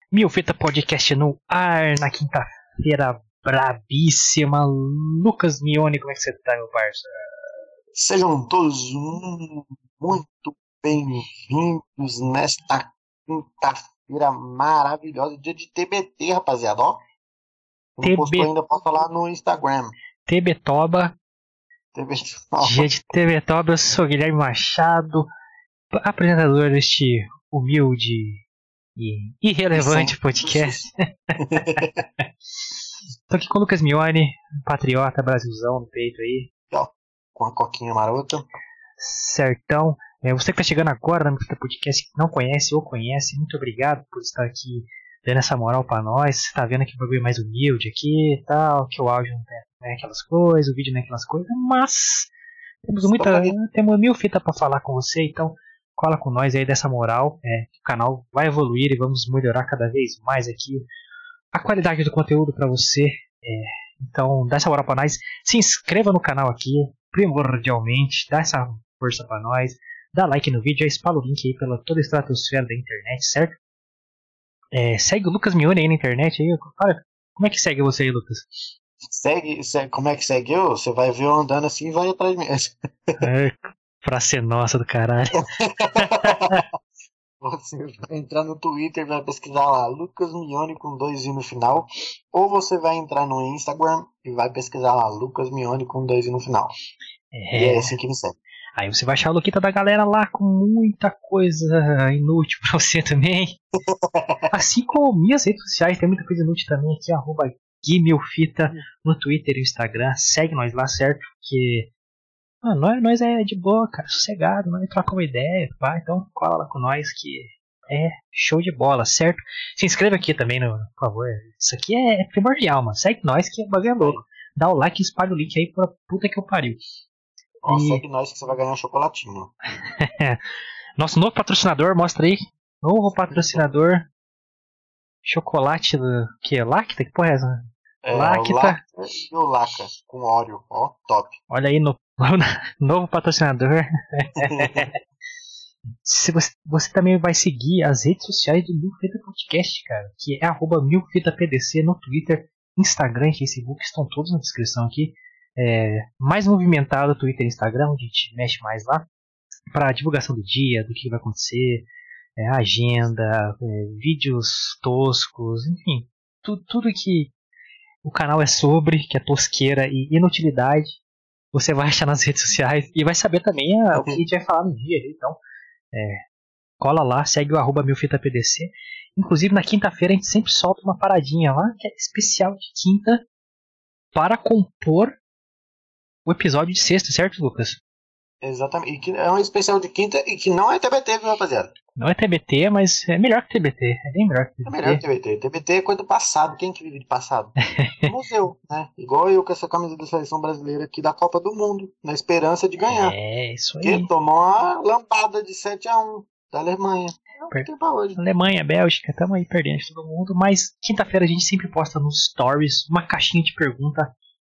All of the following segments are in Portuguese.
Mil Fita Podcast no ar na quinta-feira brabíssima. Lucas Mione, como é que você tá, meu parça? Sejam todos muito bem-vindos nesta quinta-feira maravilhosa, dia de TBT, rapaziada, ó. Não postou ainda, posta lá no Instagram. TBtoba. Dia de TBtoba, eu sou Guilherme Machado, apresentador deste humilde e irrelevante podcast. Tô aqui com o Lucas Mione, patriota, Brasilzão no peito aí. Com a coquinha marota. Certão. Você que tá chegando agora no podcast, que não conhece ou conhece, muito obrigado por estar aqui dando essa moral pra nós. Você tá vendo que o bagulho é mais humilde aqui e tal, que o áudio não é aquelas coisas, o vídeo não é aquelas coisas, mas temos mil fitas pra falar com você, então cola com nós aí dessa moral, que o canal vai evoluir e vamos melhorar cada vez mais aqui a qualidade do conteúdo pra você. Então dá essa moral pra nós, se inscreva no canal aqui, primordialmente, dá essa força pra nós, dá like no vídeo, espalha o link aí pela toda a estratosfera da internet, certo? Segue o Lucas Mione aí na internet. Aí. Olha, como é que segue você aí, Lucas? Segue, como é que segue eu? Você vai ver eu andando assim e vai atrás de mim. Pra ser nossa do caralho. Você vai entrar no Twitter e vai pesquisar lá Lucas Mione com 2 i no final. Ou você vai entrar no Instagram e vai pesquisar lá Lucas Mione com 2 i no final. E é assim que me segue. Aí você vai achar a Luquita da galera lá com muita coisa inútil pra você também. Assim como minhas redes sociais, tem muita coisa inútil também aqui, @GuiMilFita no Twitter e no Instagram. Segue nós lá, certo? Porque nós é de boa, cara, sossegado, nós troca uma ideia, pá, então cola lá com nós que é show de bola, certo? Se inscreva aqui também, por favor. Isso aqui é primordial, mano. Segue nós que o bagulho é louco. Dá o like e espalha o link aí pra puta que eu pariu. Segue nós que você vai ganhar um chocolatinho. Nosso novo patrocinador, mostra aí. Novo patrocinador. Chocolate do que? Lacta? Que porra é essa? Lacta. E o Laca com óleo, ó, top. Olha aí, novo patrocinador. Se você também vai seguir as redes sociais do Mil Fita Podcast, cara, que é @milfitapdc no Twitter, Instagram e Facebook, estão todos na descrição aqui. Mais movimentado Twitter e Instagram, onde a gente mexe mais lá para divulgação do dia, do que vai acontecer, agenda, vídeos toscos, enfim, tudo que o canal é sobre, que é tosqueira e inutilidade, você vai achar nas redes sociais e vai saber também o que a gente vai falar no dia. Então cola lá, segue o @milfitapdc. Inclusive na quinta-feira a gente sempre solta uma paradinha lá que é especial de quinta para compor o episódio de sexta, certo, Lucas? Exatamente, e que é um especial de quinta e que não é TBT, viu, rapaziada? Não é TBT, mas é melhor que TBT, é bem melhor que TBT. É melhor que TBT, TBT é coisa do passado, quem que vive de passado? Museu, né? Igual eu com essa camisa da seleção brasileira aqui da Copa do Mundo, na esperança de ganhar. Isso aí. Porque tomou uma lampada de 7-1 da Alemanha. Não tem pra hoje. Alemanha, Bélgica, estamos aí perdendo de todo mundo, mas quinta-feira a gente sempre posta nos stories uma caixinha de pergunta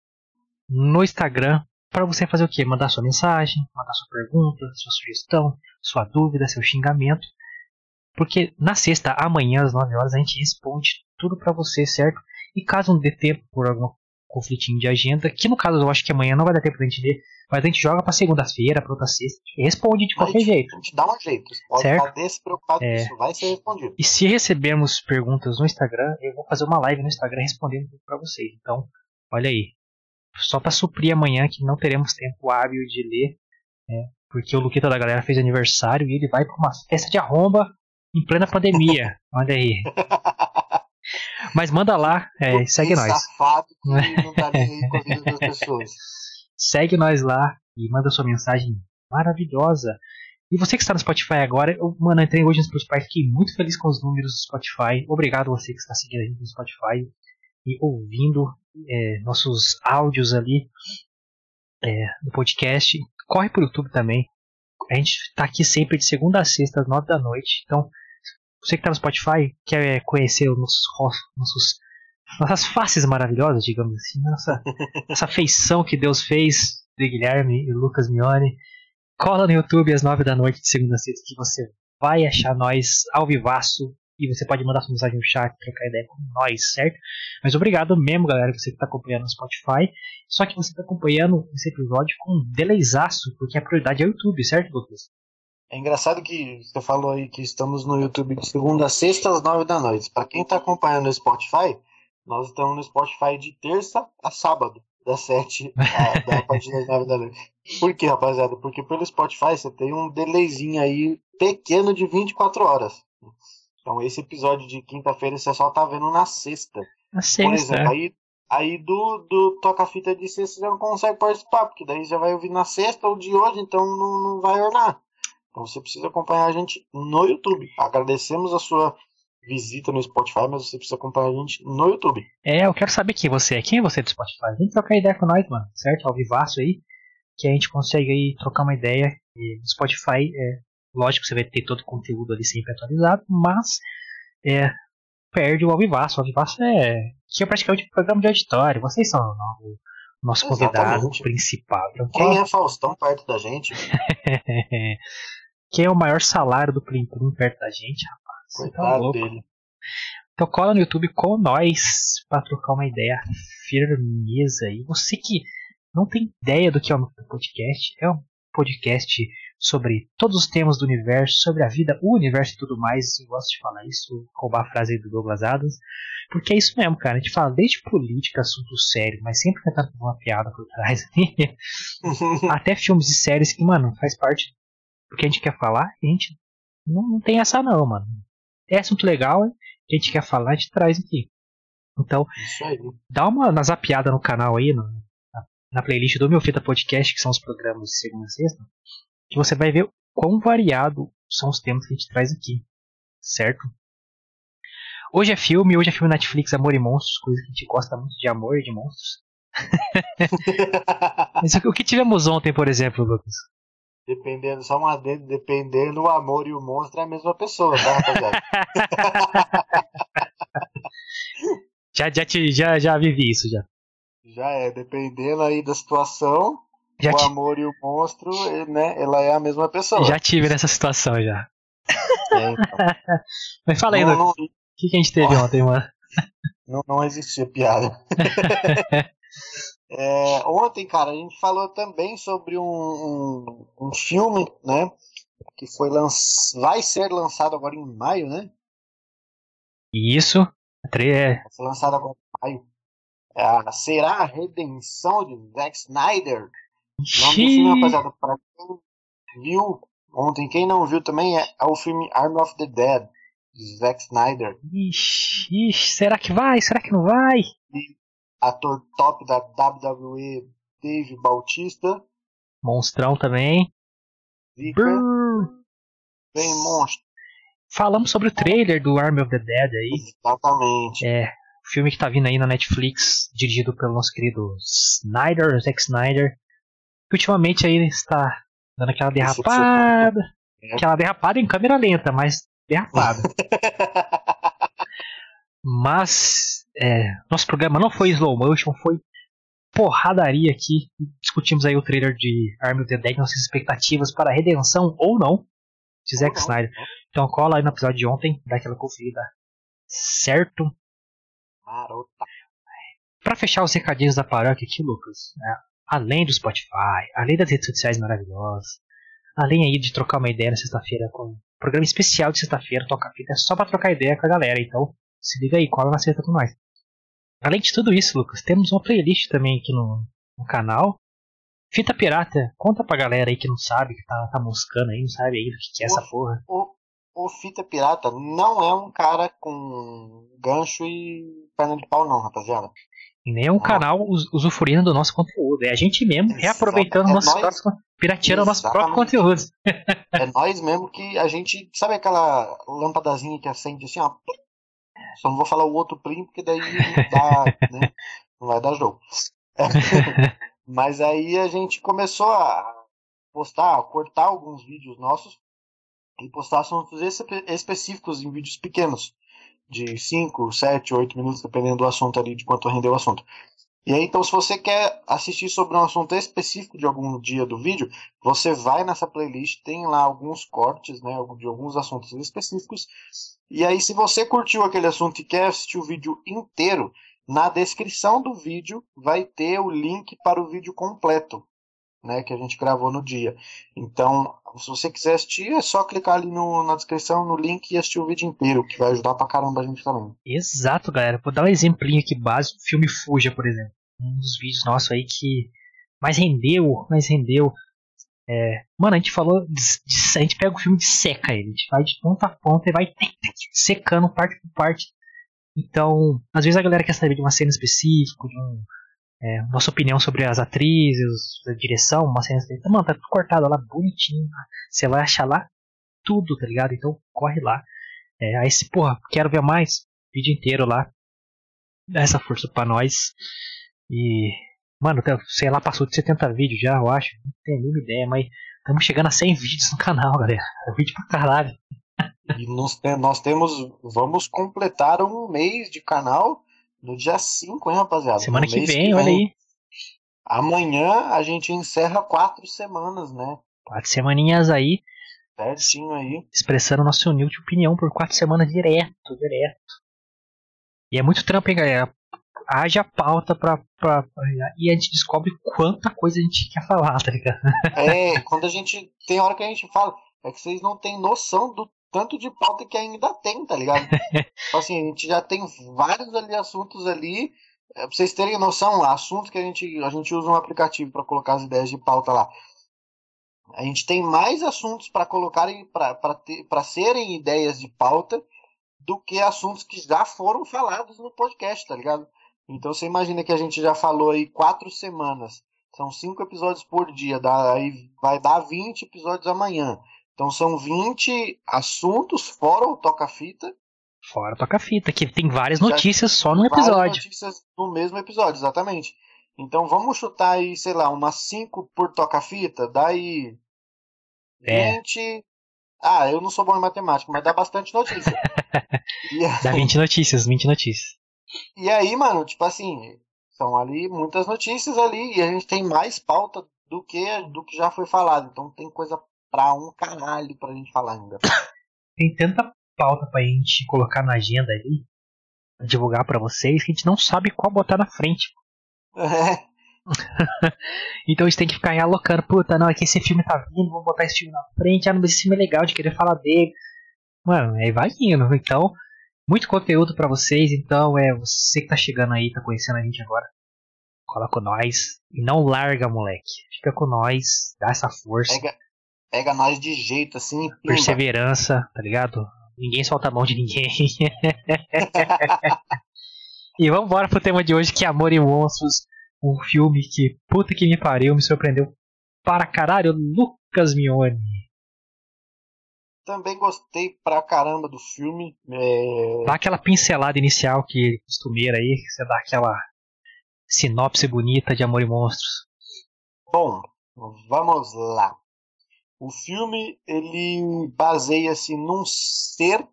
no Instagram para você fazer o quê? Mandar sua mensagem, mandar sua pergunta, sua sugestão, sua dúvida, seu xingamento. Porque na sexta, amanhã, às 9 horas, a gente responde tudo para você, certo? E caso não dê tempo por algum conflitinho de agenda, que no caso eu acho que amanhã não vai dar tempo pra gente ler, mas a gente joga pra segunda-feira, pra outra sexta, e responde de qualquer jeito. A gente dá um jeito, você pode certo? estar despreocupado que isso vai ser respondido. E se recebermos perguntas no Instagram, eu vou fazer uma live no Instagram respondendo tudo pra vocês. Então, olha aí. Só para suprir amanhã que não teremos tempo hábil de ler, porque o Luquita da galera fez aniversário e ele vai para uma festa de arromba em plena pandemia. Olha aí. Mas manda lá, segue nós. Safado que não tá nem aí com a vida das pessoas. Segue nós lá e manda sua mensagem maravilhosa. E você que está no Spotify agora, eu entrei hoje no Spotify, fiquei muito feliz com os números do Spotify. Obrigado a você que está seguindo a gente no Spotify e ouvindo nossos áudios ali no podcast. Corre pro YouTube também. A gente tá aqui sempre de segunda a sexta às 9 da noite. Então, você que tá no Spotify, quer conhecer nossas faces maravilhosas, digamos assim, essa feição que Deus fez de Guilherme e Lucas Mione, cola no YouTube às 9 da noite de segunda a sexta que você vai achar nós ao vivaço e você pode mandar sua mensagem no chat, trocar ideia com nós, certo? Mas obrigado mesmo, galera, você que está acompanhando no Spotify. Só que você está acompanhando esse episódio com um delayzaço, porque a prioridade é o YouTube, certo, Lucas? É engraçado que você falou aí que estamos no YouTube de segunda a sexta às 9 da noite. Para quem está acompanhando no Spotify, nós estamos no Spotify de terça a sábado, das 7 a partir das 9 da noite. Por quê, rapaziada? Porque pelo Spotify você tem um delayzinho aí pequeno de 24 horas. Então esse episódio de quinta-feira você só tá vendo na sexta. Na sexta. Por exemplo, aí do Toca-Fita de sexta você já não consegue participar, porque daí já vai ouvir na sexta ou de hoje, então não vai ornar. Então você precisa acompanhar a gente no YouTube. Agradecemos a sua visita no Spotify, mas você precisa acompanhar a gente no YouTube. Eu quero saber quem você é. Quem é você do Spotify? Vem trocar ideia com nós, mano. Certo? Ao vivaço aí. Que a gente consegue aí trocar uma ideia. E no Spotify, lógico que você vai ter todo o conteúdo ali sempre atualizado, mas perde o ao vivaço. O ao vivaço que é praticamente um programa de auditório. Vocês são o nosso convidado principal. Então, quem é Faustão perto da gente? Quem é o maior salário do Plim Plim perto da gente, rapaz? Coitado dele. Então cola no YouTube com nós para trocar uma ideia firmeza. E você que não tem ideia do que é o podcast, é um podcast sobre todos os temas do universo, sobre a vida, o universo e tudo mais. Eu gosto de falar isso, roubar a frase aí do Douglas Adams, porque é isso mesmo, cara. A gente fala desde política, assunto sério, mas sempre tentando fazer uma piada por trás. Até filmes e séries que, mano, faz parte do que a gente quer falar. E a gente não tem essa não, mano. É assunto legal, que a gente quer falar, a gente traz aqui. Então, dá uma zapiada no canal aí, na playlist do Meu Fita Podcast, que são os programas de segunda a sexta, que você vai ver quão variado são os temas que a gente traz aqui, certo? Hoje é filme Netflix, Amor e Monstros, coisa que a gente gosta muito de amor e de monstros. Mas o que tivemos ontem, por exemplo, Lucas? Dependendo do amor e o monstro é a mesma pessoa, tá, rapaziada? já vivi isso, já. Já dependendo aí da situação, amor e o monstro, né, ela é a mesma pessoa. Já tive nessa situação, já. Então. Mas fala aí, Lucas, o que a gente teve ontem, mano? Não existia piada. Ontem, cara, a gente falou também sobre um filme, né, que vai ser lançado agora em maio, né? Isso. Vai ser lançado agora em maio. Será a redenção de Zack Snyder? O nome do filme, rapaziada, pra quem viu ontem, quem não viu também, é o filme Army of the Dead, de Zack Snyder. Ixi, será que vai? Será que não vai? E ator top da WWE, Dave Bautista. Monstrão também. Bem monstro. Falamos sobre o trailer do Army of the Dead aí. Exatamente. Filme que tá vindo aí na Netflix, dirigido pelo nosso querido Zack Snyder. Que ultimamente aí está dando aquela derrapada. Aquela derrapada em câmera lenta, mas derrapada. Mas nosso programa não foi slow motion, foi porradaria aqui. Discutimos aí o trailer de Army of the Dead, nossas expectativas para a redenção ou não de Zack Snyder. Então cola aí no episódio de ontem, dá aquela conferida, certo? Marota. Pra fechar os recadinhos da paróquia aqui, Lucas, além do Spotify, além das redes sociais maravilhosas, além aí de trocar uma ideia na sexta-feira com um programa especial de sexta-feira, Toca-Fita, é só pra trocar ideia com a galera, então se liga aí, cola na sexta com nós. Além de tudo isso, Lucas, temos uma playlist também aqui no canal. Fita Pirata, conta pra galera aí que não sabe, que tá moscando aí, não sabe aí o que é essa porra. O Fita Pirata não é um cara com gancho e perna de pau não, rapaziada. E nem é um canal usufruindo do nosso conteúdo. É a gente mesmo reaproveitando o nosso próprio, pirateando o nosso próprio conteúdo. É nós mesmo que a gente... Sabe aquela lâmpadazinha que acende assim, ó? Só não vou falar o outro plim, porque daí dá, né? Não vai dar jogo. Mas aí a gente começou a cortar alguns vídeos nossos e postar assuntos específicos em vídeos pequenos, de 5, 7, 8 minutos, dependendo do assunto ali, de quanto rendeu o assunto. E aí, então, se você quer assistir sobre um assunto específico de algum dia do vídeo, você vai nessa playlist, tem lá alguns cortes, né, de alguns assuntos específicos. E aí, se você curtiu aquele assunto e quer assistir o vídeo inteiro, na descrição do vídeo vai ter o link para o vídeo completo, né, que a gente gravou no dia. Então, se você quiser assistir, é só clicar ali na descrição, no link e assistir o vídeo inteiro, que vai ajudar pra caramba a gente também. Exato, galera. Vou dar um exemplinho aqui básico. Filme Fuja, por exemplo. Um dos vídeos nossos aí que mais rendeu. Mano, a gente falou. A gente pega o filme e seca ele. A gente vai de ponta a ponta e vai secando parte por parte. Então, às vezes a galera quer saber de uma cena específica, nossa opinião sobre as atrizes, a direção, uma cena específica. Mano, tá tudo cortado lá, bonitinho. Você vai achar lá tudo, tá ligado? Então, corre lá. Aí se, porra, quero ver mais, vídeo inteiro lá. Dá essa força pra nós. E, mano, sei lá, passou de 70 vídeos já, eu acho. Não tenho a mínima ideia, mas estamos chegando a 100 vídeos no canal, galera. É vídeo pra caralho. E vamos completar um mês de canal no dia 5, hein, rapaziada? Semana que vem, olha aí. Amanhã a gente encerra 4 semanas, né? 4 semaninhas aí. Certinho aí. Expressando nossa humilde opinião por 4 semanas direto. E é muito trampo, hein, galera? Haja pauta e a gente descobre quanta coisa a gente quer falar, tá ligado? Quando a gente. Tem hora que a gente fala. É que vocês não têm noção do tanto de pauta que ainda tem, tá ligado? Assim, a gente já tem vários assuntos ali. Pra vocês terem noção, assuntos que a gente usa um aplicativo para colocar as ideias de pauta lá. A gente tem mais assuntos para colocarem, para serem ideias de pauta do que assuntos que já foram falados no podcast, tá ligado? Então você imagina que a gente já falou aí 4 semanas. São 5 episódios por dia. Aí vai dar 20 episódios amanhã. Então são 20 assuntos fora o toca-fita. Fora o toca-fita, que tem várias notícias só no episódio. Várias notícias no mesmo episódio, exatamente. Então vamos chutar aí, sei lá, umas 5 por toca-fita. Daí 20... eu não sou bom em matemática, mas dá bastante notícia. Dá 20 notícias. E aí, mano, tipo assim, são ali muitas notícias ali e a gente tem mais pauta do que já foi falado. Então tem coisa pra um caralho pra gente falar ainda. Tem tanta pauta pra gente colocar na agenda ali, pra divulgar pra vocês, que a gente não sabe qual botar na frente. Então a gente tem que ficar aí alocando. Puta, não, é que esse filme tá vindo, vou botar esse filme na frente. Mas esse filme é legal, de querer falar dele. Mano, aí vai indo. Então, muito conteúdo pra vocês. Então, você que tá chegando aí, tá conhecendo a gente agora, cola com nós. E não larga, moleque. Fica com nós, dá essa força. Pega nós de jeito, assim. Perseverança, tá ligado? Ninguém solta a mão de ninguém. E vamos embora pro tema de hoje, que é Amor e Monstros. Um filme que, puta que me pariu, me surpreendeu para caralho. Lucas Mione. Também gostei pra caramba do filme. Dá aquela pincelada inicial que costumeira aí, que você dá aquela sinopse bonita de Amor e Monstros. Bom, vamos lá. O filme, ele baseia-se num ser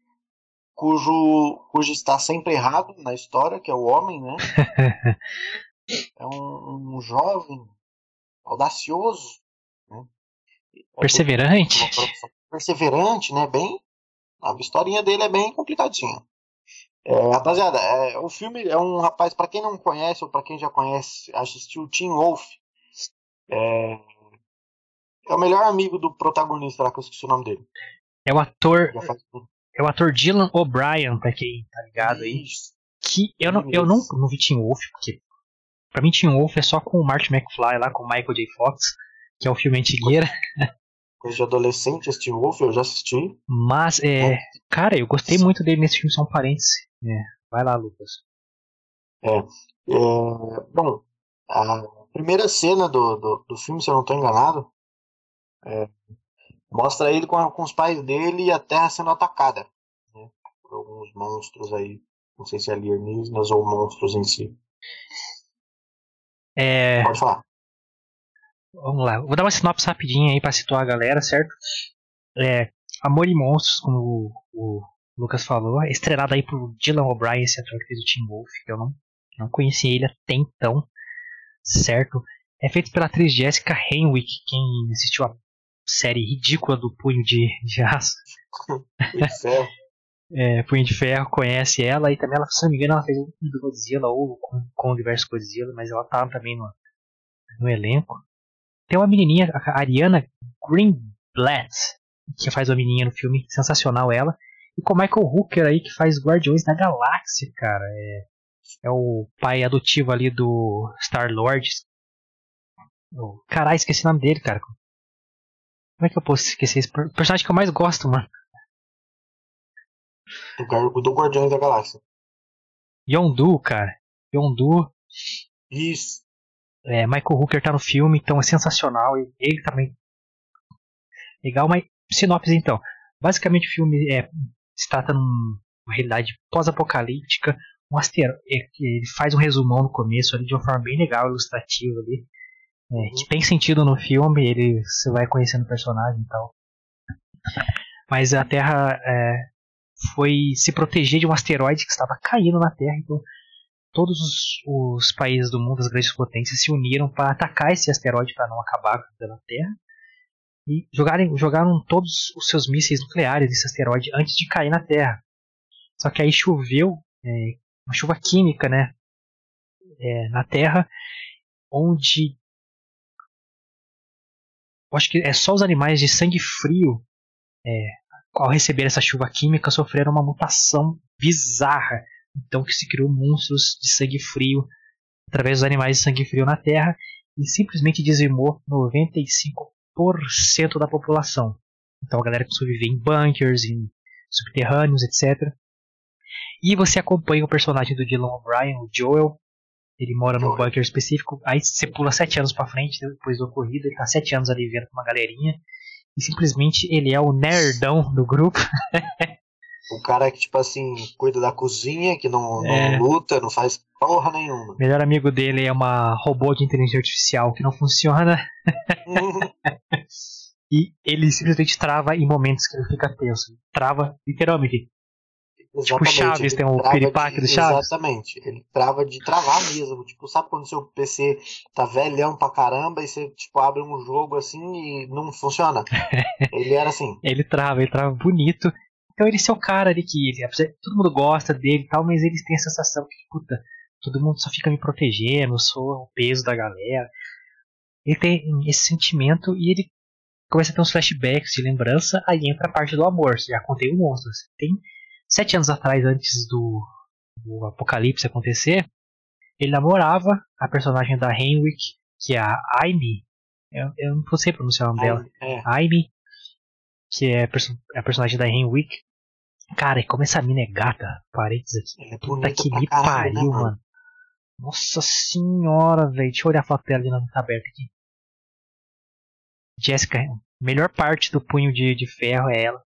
cujo está sempre errado na história, que é o homem, né? É um jovem audacioso, né? Perseverante, né? A historinha dele é bem complicadinha. Rapaziada, o filme é um rapaz, pra quem não conhece ou pra quem já conhece, assistiu Teen Wolf. É o melhor amigo do protagonista lá, que eu esqueci o nome dele. É o ator Dylan O'Brien, pra quem tá ligado aí. Que eu não vi Teen Wolf, porque pra mim Teen Wolf é só com o Marty McFly lá, com o Michael J. Fox, que é o filme antigueira. Coisa de adolescente, esse Teen Wolf, eu já assisti. Mas, cara, eu gostei muito dele nesse filme, só um parênteses. Vai lá, Lucas. Bom, a primeira cena do filme, se eu não estou enganado, mostra ele com os pais dele e a Terra sendo atacada, né, por alguns monstros aí. Não sei se é alienígenas ou monstros em si. Pode falar. Vamos lá, vou dar uma sinopse rapidinha aí pra situar a galera, certo? Amor e Monstros, como o Lucas falou, estrelado aí por Dylan O'Brien, esse ator que fez o Teen Wolf, que eu não Não conhecia ele até então, certo? É feito pela atriz Jessica Henwick, quem assistiu a série ridícula do Punho de Aço. Punho de Ferro conhece ela, e também ela, se não me engano, ela fez um do Godzilla ou com o universo Godzilla, mas ela tá também no elenco. Tem uma menininha, a Ariana Greenblatt, que faz uma menininha no filme, sensacional ela. E com o Michael Hooker aí, que faz Guardiões da Galáxia, cara. É o pai adotivo ali do Star-Lord. Caralho, esqueci o nome dele, cara. Como é que eu posso esquecer esse personagem que eu mais gosto, mano? Do Guardiões da Galáxia. Yondu, cara. Yondu. Isso. Michael Hooker tá no filme, então é sensacional. Ele também. Legal, mas sinopse então. Basicamente o filme se trata numa realidade pós-apocalíptica. Um asteroide. Ele faz um resumão no começo ali de uma forma bem legal, ilustrativa ali. Que tem sentido no filme, você vai conhecendo o personagem e tal. Mas a Terra foi se proteger de um asteroide que estava caindo na Terra, então todos os países do mundo, as grandes potências, se uniram para atacar esse asteroide para não acabar com a vida na Terra. E jogaram todos os seus mísseis nucleares nesse asteroide antes de cair na Terra. Só que aí choveu, uma chuva química, né, na Terra, onde eu acho que só os animais de sangue frio, ao receber essa chuva química, sofreram uma mutação bizarra. Então que se criou monstros de sangue frio através dos animais de sangue frio na Terra e simplesmente dizimou 95% da população. Então a galera começou a viver em bunkers, em subterrâneos, etc. E você acompanha o personagem do Dylan O'Brien, o Joel. Ele mora num bunker específico. Aí você pula 7 anos pra frente, depois do ocorrido. Ele tá 7 anos ali vivendo com uma galerinha. E simplesmente ele é o nerdão do grupo. O cara que, tipo assim, cuida da cozinha, que não luta, não faz porra nenhuma. O melhor amigo dele é uma robô de inteligência artificial que não funciona. E ele simplesmente trava em momentos que ele fica tenso. Trava, literalmente. Exatamente, tipo Chaves, tem o piripaque do Chaves. Exatamente, ele trava de travar mesmo. Tipo, sabe quando seu PC tá velhão pra caramba e você tipo, abre um jogo assim e não funciona? Ele era assim. Ele trava bonito. Então ele é o cara ali que todo mundo gosta dele e tal, mas eles têm a sensação que, puta, todo mundo só fica me protegendo, eu sou o peso da galera. Ele tem esse sentimento e ele começa a ter uns flashbacks de lembrança, aí entra a parte do amor. Já contei o monstro. Tem 7 anos atrás, antes do apocalipse acontecer, ele namorava a personagem da Henwick, que é a Amy. Eu não sei pronunciar o nome dela. Amy, que é a personagem da Henwick. Cara, e como essa mina é gata, parênteses aqui. Puta que me pariu, né, mano. Nossa senhora, velho. Deixa eu olhar a foto dela de novo, tá aberta aqui. Jessica, melhor parte do Punho de Ferro é ela.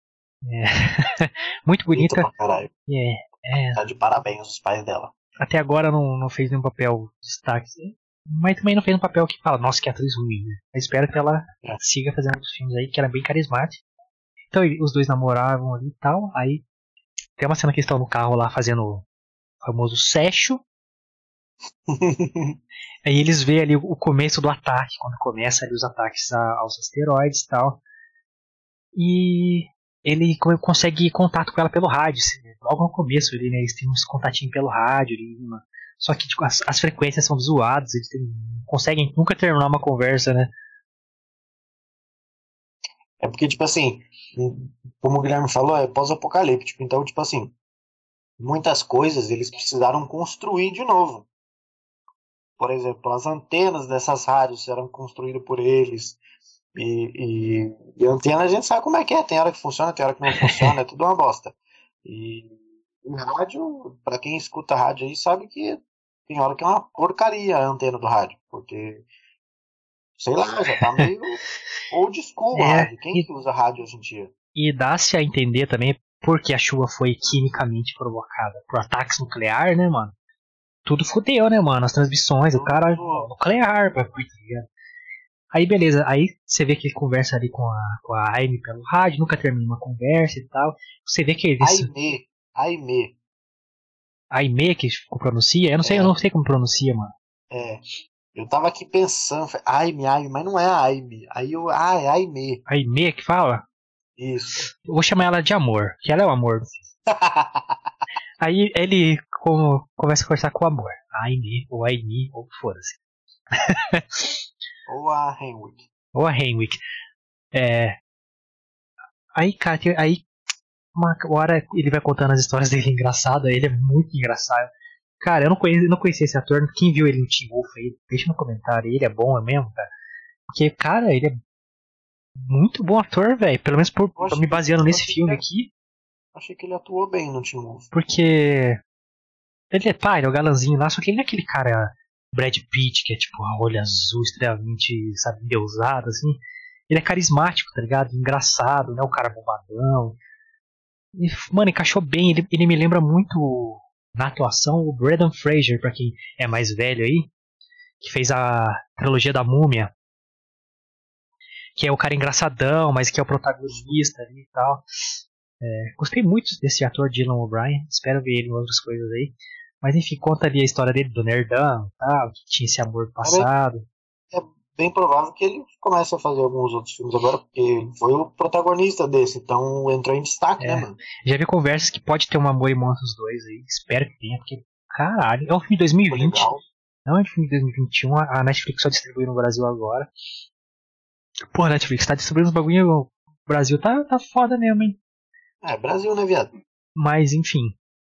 Muito bonita. Tá de parabéns os pais dela. Até agora não fez nenhum papel de destaque, mas também não fez um papel que fala, nossa, que atriz ruim, né? Eu espero que ela siga fazendo outros filmes aí, que ela é bem carismática. Então os dois namoravam ali e tal. Aí tem uma cena que eles estão no carro lá fazendo o famoso sexo. Aí eles veem ali o começo do ataque, quando começa ali os ataques aos asteroides e tal. E ele consegue contato com ela pelo rádio. Logo no começo ali, né, eles têm uns contatinhos pelo rádio ali, só que tipo, as frequências são zoadas, eles não conseguem nunca terminar uma conversa, né? É porque, tipo assim, como o Guilherme falou, é pós-apocalíptico. Então, tipo assim, muitas coisas eles precisaram construir de novo. Por exemplo, as antenas dessas rádios eram construídas por eles. E antena a gente sabe como é que é. Tem hora que funciona, tem hora que não funciona, é tudo uma bosta. E rádio, pra quem escuta rádio aí, sabe que tem hora que é uma porcaria a antena do rádio. Porque, sei lá, já tá meio old school a rádio. Quem que usa rádio hoje em dia? E dá-se a entender também porque a chuva foi quimicamente provocada por ataques nucleares, né, mano? Tudo fudeu, né, mano? As transmissões, o cara nuclear, aí beleza, aí você vê que ele conversa ali com a Amy pelo rádio, nunca termina uma conversa e tal. Você vê que Aimee. Aimee que pronuncia? Eu não sei como pronuncia, mano. Eu tava aqui pensando, Aime, mas não é Aime. Aí é Aimee. Aimee que fala? Isso. Eu vou chamar ela de Amor, que ela é o amor. Aí ele começa a conversar com o Amor. Aimee, ou Aimee, ou foda-se. Ou a Henwick. Ou a Henwick. Aí, cara, uma hora ele vai contando as histórias dele engraçado, ele é muito engraçado. Cara, eu não conhecia esse ator, quem viu ele no Teen Wolf aí, deixa no comentário, ele é bom, é mesmo, cara? Porque, cara, ele é muito bom ator, velho, pelo menos me baseando nesse filme aqui. Achei que ele atuou bem no Teen Wolf. Porque ele é o galanzinho lá, só que ele não é aquele cara Brad Pitt, que é tipo, a olho azul, extremamente, sabe, endeusado, assim. Ele é carismático, tá ligado? Engraçado, né? O cara bombadão. E, mano, encaixou bem. Ele me lembra muito, na atuação, o Brendan Fraser, pra quem é mais velho aí, que fez a trilogia da Múmia. Que é o cara engraçadão, mas que é o protagonista ali e tal. Gostei muito desse ator Dylan O'Brien. Espero ver ele em outras coisas aí. Mas enfim, conta ali a história dele, do nerdão e tal, que tinha esse amor passado. É bem provável que ele comece a fazer alguns outros filmes agora, porque ele foi o protagonista desse, então entrou em destaque, né, mano? Já vi conversas que pode ter um Amor e Monstros 2 aí, espero que tenha, porque, caralho, é um filme de 2020, não é um filme de 2021, a Netflix só distribuiu no Brasil agora. Pô, Netflix tá distribuindo os bagulho, o Brasil tá foda mesmo, hein? Brasil, né, viado? Mas, enfim.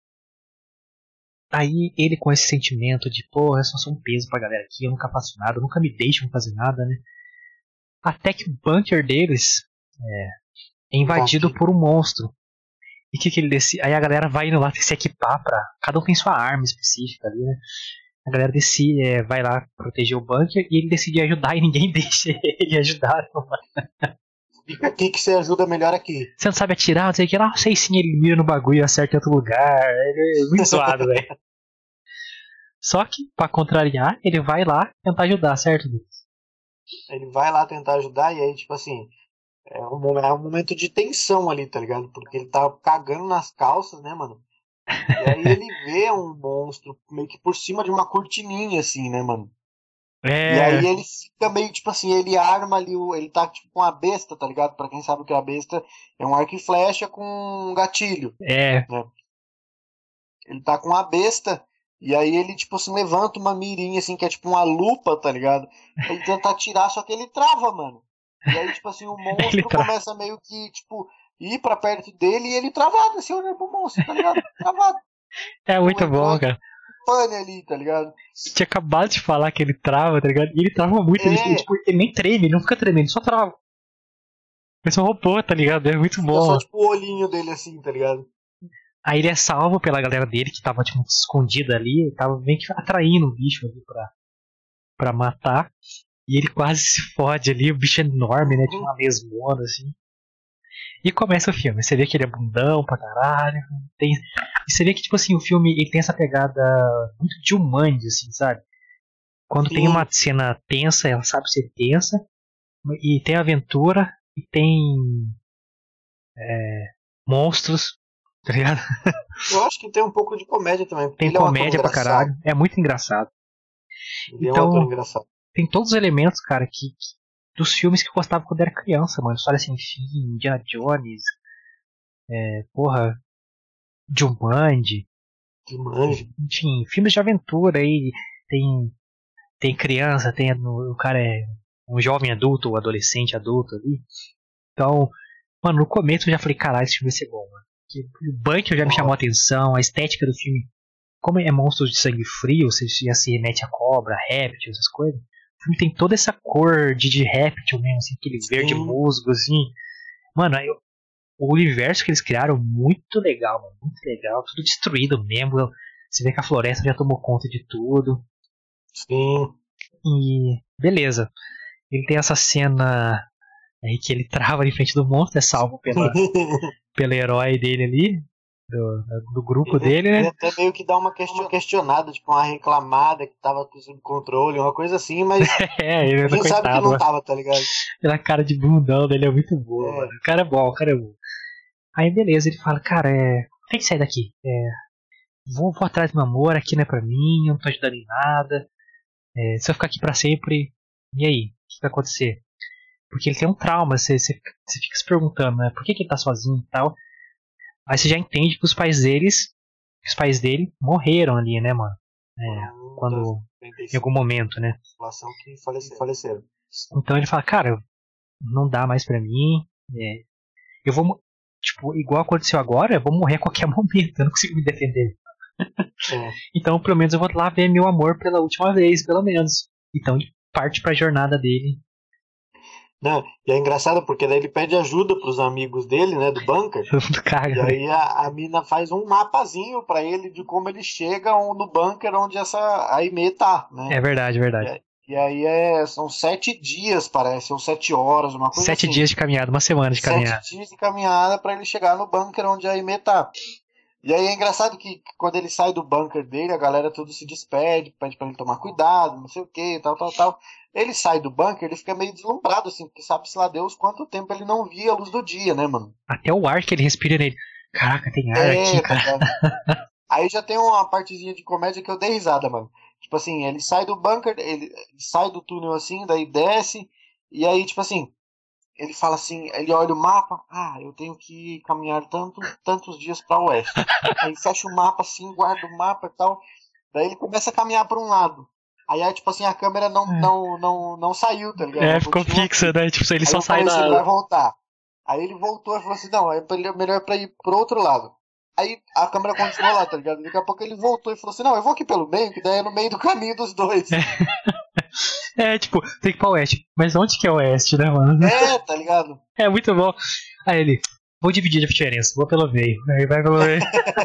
Aí ele com esse sentimento de, porra, eu só sou um peso pra galera aqui, eu nunca faço nada, eu nunca me deixam fazer nada, né? Até que o bunker deles é invadido por um monstro. E que ele decide? Aí a galera vai indo lá se equipar pra. Cada um tem sua arma específica ali, né? A galera decide, vai lá proteger o bunker e ele decide ajudar e ninguém deixa ele ajudar. Fica aqui que você ajuda melhor aqui. Você não sabe atirar, não sei o que lá, sei sim, ele mira no bagulho e acerta em outro lugar. Ele é muito zoado, velho. Só que, pra contrariar, ele vai lá tentar ajudar, certo, Lucas? Ele vai lá tentar ajudar e aí, tipo assim, é um momento de tensão ali, tá ligado? Porque ele tá cagando nas calças, né, mano? E aí ele vê um monstro meio que por cima de uma cortininha, assim, né, mano? E aí ele fica meio, tipo assim, ele arma ali, ele tá tipo com a besta, tá ligado? Pra quem sabe o que é a besta, é um arco e flecha com um gatilho. Né? Ele tá com a besta, e aí ele, tipo assim, levanta uma mirinha, assim, que é tipo uma lupa, tá ligado? Ele tenta atirar, só que ele trava, mano. E aí, tipo assim, o monstro começa meio que, tipo, ir pra perto dele e ele travado, assim, olhando pro monstro, tá ligado? Travado. É muito bom, cara. Pane ali, tá ligado? Tinha acabado de falar que ele trava, tá ligado? E ele trava muito, ele nem treme, ele não fica tremendo, ele só trava. Ele só robô, tá ligado? É muito bom. É só tipo o olhinho dele assim, tá ligado? Aí ele é salvo pela galera dele que tava tipo escondida ali, tava meio que atraindo o bicho ali pra matar. E ele quase se fode ali, o bicho é enorme, né? Tipo uma lesmona assim. E começa o filme, você vê que ele é bundão pra caralho. E você vê que, tipo assim, o filme ele tem essa pegada muito de Jumanji, assim, sabe? Quando tem uma cena tensa, ela sabe ser tensa. E tem aventura, e tem monstros, tá ligado? Eu acho que tem um pouco de comédia também. Tem comédia pra caralho, é muito engraçado. Ele é um ator engraçado. Tem todos os elementos, cara, que dos filmes que eu gostava quando era criança, mano. História sem fim, Indiana Jones, Jumanji. Enfim, filmes de aventura aí. Tem criança, o cara é um jovem adulto ou adolescente adulto ali. Então, mano, no começo eu já falei, caralho, esse filme vai ser bom, mano. O Bunker já me chamou a atenção, a estética do filme, como é monstros de sangue frio, você já se remete a cobra, réptil, essas coisas. O filme tem toda essa cor de réptil mesmo, assim, aquele verde musgo, assim. Mano, o universo que eles criaram, muito legal, mano, muito legal, tudo destruído mesmo. Você vê que a floresta já tomou conta de tudo. Sim. E beleza. Ele tem essa cena aí que ele trava em frente do monstro, é salvo pelo herói dele ali, do grupo dele, né? Ele até meio que dá uma questionada, tipo uma reclamada que tava tudo sob controle, uma coisa assim, mas ele a gente sabe que não tava, tá ligado? Pela cara de bundão dele é muito boa, mano. O cara é bom, Aí beleza, ele fala, cara, tem que sair daqui. vou atrás do meu amor, aqui não é pra mim, eu não tô ajudando em nada. Se eu ficar aqui pra sempre, e aí? O que vai acontecer? Porque ele tem um trauma, você fica se perguntando, né? Por que ele tá sozinho e tal. Aí você já entende que os pais dele morreram ali, né, mano? Quando, em algum momento, né? Situação que faleceram. Então ele fala, cara, não dá mais pra mim. Eu vou, tipo, igual aconteceu agora, eu vou morrer a qualquer momento, eu não consigo me defender. Então, pelo menos eu vou lá ver meu amor pela última vez, pelo menos. Então ele parte pra jornada dele. Não, e é engraçado porque daí ele pede ajuda pros amigos dele, né, do bunker. E aí a mina faz um mapazinho pra ele de como ele chega no bunker onde essa Aimee tá, né? É verdade, verdade. E aí são 7 dias, parece, ou 7 horas, uma coisa 7 assim. dias de caminhada, uma semana de caminhada. 7 dias de caminhada pra ele chegar no bunker onde a Aimee tá. E aí é engraçado que quando ele sai do bunker dele, a galera tudo se despede, pede pra ele tomar cuidado, não sei o que, tal. Ele sai do bunker, ele fica meio deslumbrado, assim, porque sabe-se lá Deus quanto tempo ele não via a luz do dia, né, mano? Até o ar que ele respira nele. Caraca, tem ar aqui, cara. Aí já tem uma partezinha de comédia que eu dei risada, mano. Tipo assim, ele sai do bunker, ele sai do túnel assim, daí desce, e aí, tipo assim, ele fala assim, ele olha o mapa, eu tenho que caminhar tantos dias pra oeste. Aí fecha o mapa assim, guarda o mapa e tal. Daí ele começa a caminhar pra um lado. Aí, tipo assim, a câmera não saiu, tá ligado? Ficou fixa, né? Tipo, ele aí só sai ele vai voltar. Aí ele voltou e falou assim, não, é melhor pra ir pro outro lado. Aí a câmera continuou lá, tá ligado? Daqui a pouco ele voltou e falou assim, não, eu vou aqui pelo meio, que daí é no meio do caminho dos dois. Tipo, tem que ir pra oeste. Mas onde que é oeste, né, mano? Tá ligado? É muito bom. Aí ele, vou dividir a diferença, vou pelo meio. Aí vai pelo meio.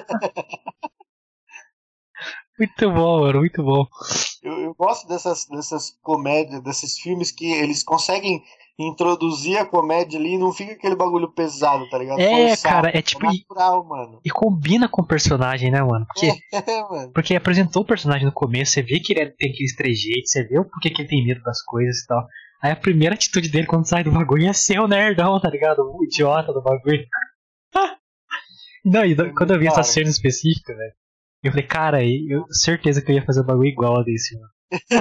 Muito bom, mano, muito bom. Eu gosto dessas comédias, desses filmes que eles conseguem introduzir a comédia ali e não fica aquele bagulho pesado, tá ligado? Cara, é tipo. natural, mano. E combina com o personagem, né, mano? Mano. Porque apresentou o personagem no começo, você vê que ele tem aqueles trejeitos, você vê o porquê que ele tem medo das coisas e tal. Aí a primeira atitude dele quando sai do bagulho é ser o nerdão, tá ligado? O idiota do bagulho. Não, e quando eu vi essa cena específica, velho, eu falei, cara, eu certeza que eu ia fazer um bagulho igual a desse, mano.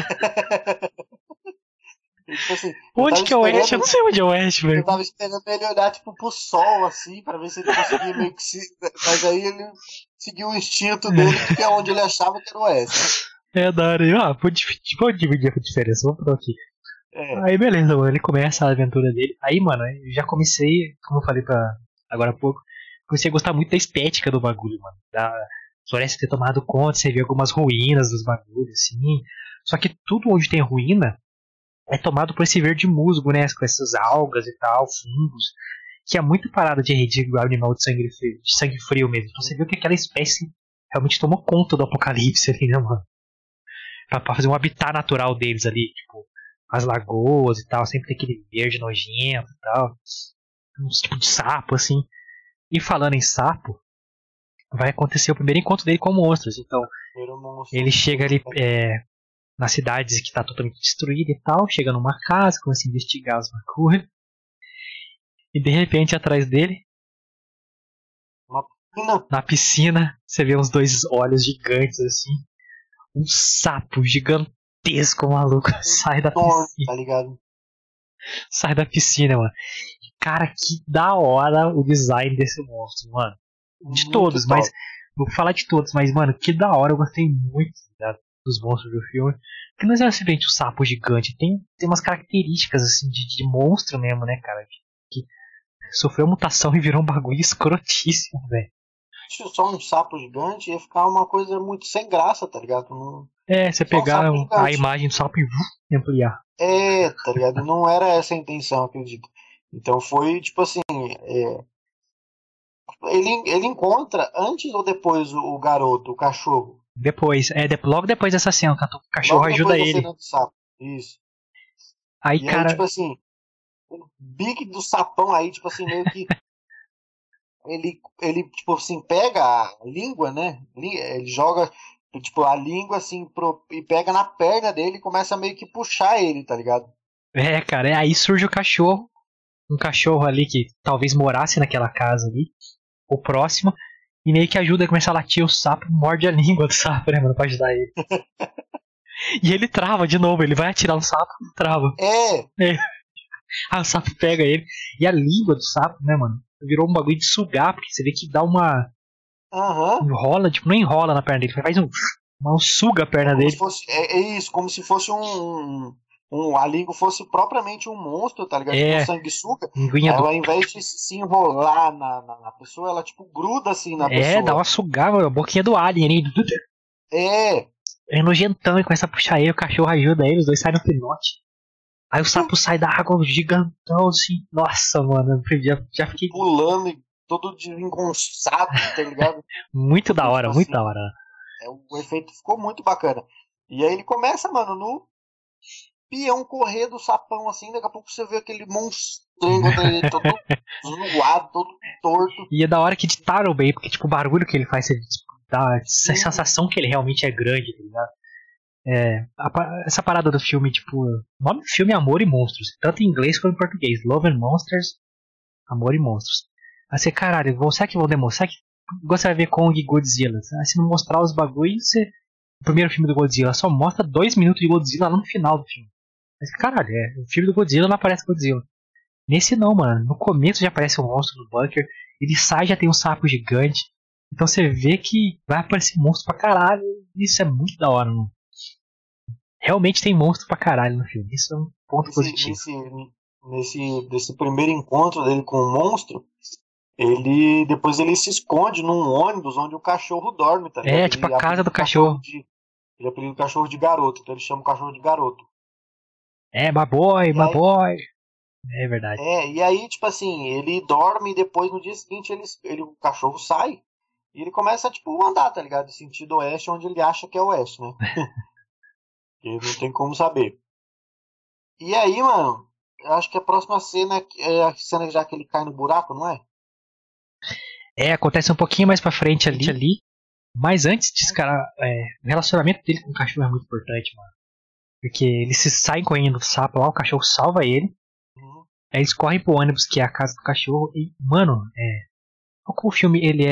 Tipo assim, onde que é o oeste? Eu não sei onde é o oeste, velho. Eu tava esperando ele olhar, tipo, pro sol, assim, pra ver se ele conseguia meio que se... Mas aí ele seguiu o instinto dele, que é onde ele achava que era o oeste. Da hora. Vou dividir a diferença, vamos por aqui. Aí beleza, mano, ele começa a aventura dele. Aí, mano, eu já comecei, como eu falei agora há pouco, comecei a gostar muito da estética do bagulho, mano. Da floresta ter tomado conta, você vê algumas ruínas dos bagulhos, assim. Só que tudo onde tem ruína é tomado por esse verde musgo, né? Com essas algas e tal, fungos. Que é muito parada de animal de sangue frio mesmo. Então você viu que aquela espécie realmente tomou conta do apocalipse ali, né, mano? Pra fazer um habitat natural deles ali, tipo, as lagoas e tal, sempre tem aquele verde nojento e tal. Uns tipos de sapo, assim. E falando em sapo, vai acontecer o primeiro encontro dele com monstros. Então, ele chega ali na cidade que está totalmente destruída e tal, chega numa casa, começa a investigar os bagulhos. E de repente, atrás dele, na piscina, você vê uns 2 olhos gigantes assim. Um sapo gigantesco, maluco, sai da piscina. Tá ligado? Sai da piscina, mano. Cara, que da hora o design desse monstro, mano. De todos, mas... Vou falar de todos, mas, mano, que da hora. Eu gostei muito, tá, dos monstros do filme. Porque não é simplesmente um sapo gigante. Tem umas características, assim, de monstro mesmo, né, cara? Que sofreu mutação e virou um bagulho escrotíssimo, velho. Só um sapo gigante ia ficar uma coisa muito sem graça, tá ligado? Você pegar a imagem do sapo e ampliar. Tá ligado? Não era essa a intenção, acredito. Então foi, tipo assim... Ele encontra antes ou depois o garoto, o cachorro? Depois, logo depois dessa cena, o cachorro ajuda ele. Cena do sapo. Isso. Aí, e cara... aí, tipo assim, o bico do sapão aí, tipo assim, meio que ele tipo assim, pega a língua, né? Ele joga, tipo, a língua assim e pega na perna dele e começa a meio que puxar ele, tá ligado? Cara, aí surge o cachorro. Um cachorro ali que talvez morasse naquela casa ali, ou próximo, E meio que ajuda a começar a latir o sapo, morde a língua do sapo, né, mano, pra ajudar ele. E ele trava de novo, ele vai atirar no sapo e trava. É. Aí o sapo pega ele. E a língua do sapo, né, mano, virou um bagulho de sugar, porque você vê que dá uma... Enrola, tipo, não enrola na perna dele, faz um suga a perna dele. É isso, como se fosse a língua fosse propriamente um monstro, tá ligado? É. Um sanguessuga. Ela, ao invés de se enrolar na pessoa, ela, tipo, gruda assim na pessoa. É, dá uma sugada, a boquinha do alien ali. É nojentão e começa a puxar ele, o cachorro ajuda ele, os dois saem no pinote. Aí o sapo sai da água gigantão, assim. Nossa, mano, eu já fiquei... pulando e todo desengonçado, tá ligado? Muito da hora, tipo muito assim, da hora. O efeito ficou muito bacana. E aí ele começa, mano, no peão correr do sapão, assim, daqui a pouco você vê aquele monstro contra ele, todo zoado, todo torto. E é da hora que editaram bem, porque tipo, o barulho que ele faz, você dá essa sensação que ele realmente é grande, tá ligado? Essa parada do filme, tipo, o nome do filme é Amor e Monstros, tanto em inglês quanto em português. Love and Monsters, Amor e Monstros. Aí você, caralho, será que vão demonstrar que você vai ver Kong e Godzilla? Se não mostrar os bagulhos, o primeiro filme do Godzilla só mostra 2 minutos de Godzilla lá no final do filme. Mas caralho, o filme do Godzilla não aparece Godzilla. Nesse não, mano. No começo já aparece um monstro no bunker. Ele sai, já tem um sapo gigante. Então você vê que vai aparecer monstro pra caralho. Isso é muito da hora, mano. Realmente tem monstro pra caralho no filme. Isso é um ponto positivo. Nesse primeiro encontro dele com o monstro, depois ele se esconde num ônibus onde o cachorro dorme, tá ligado? Tipo a casa do cachorro. Ele apelida o cachorro de garoto, então ele chama o cachorro de garoto. My boy, my boy. É verdade. E aí, tipo assim, ele dorme e depois no dia seguinte o cachorro sai e ele começa, tipo, a andar, tá ligado? Sentido oeste, onde ele acha que é oeste, né? Ele não tem como saber. E aí, mano, eu acho que a próxima cena é a cena já que ele cai no buraco, não é? Acontece um pouquinho mais pra frente ali. Mas antes disso, cara, o relacionamento dele com o cachorro é muito importante, mano. Porque eles se saem correndo do sapo lá, o cachorro salva ele. Aí eles correm pro ônibus, que é a casa do cachorro. E, mano, como o filme ele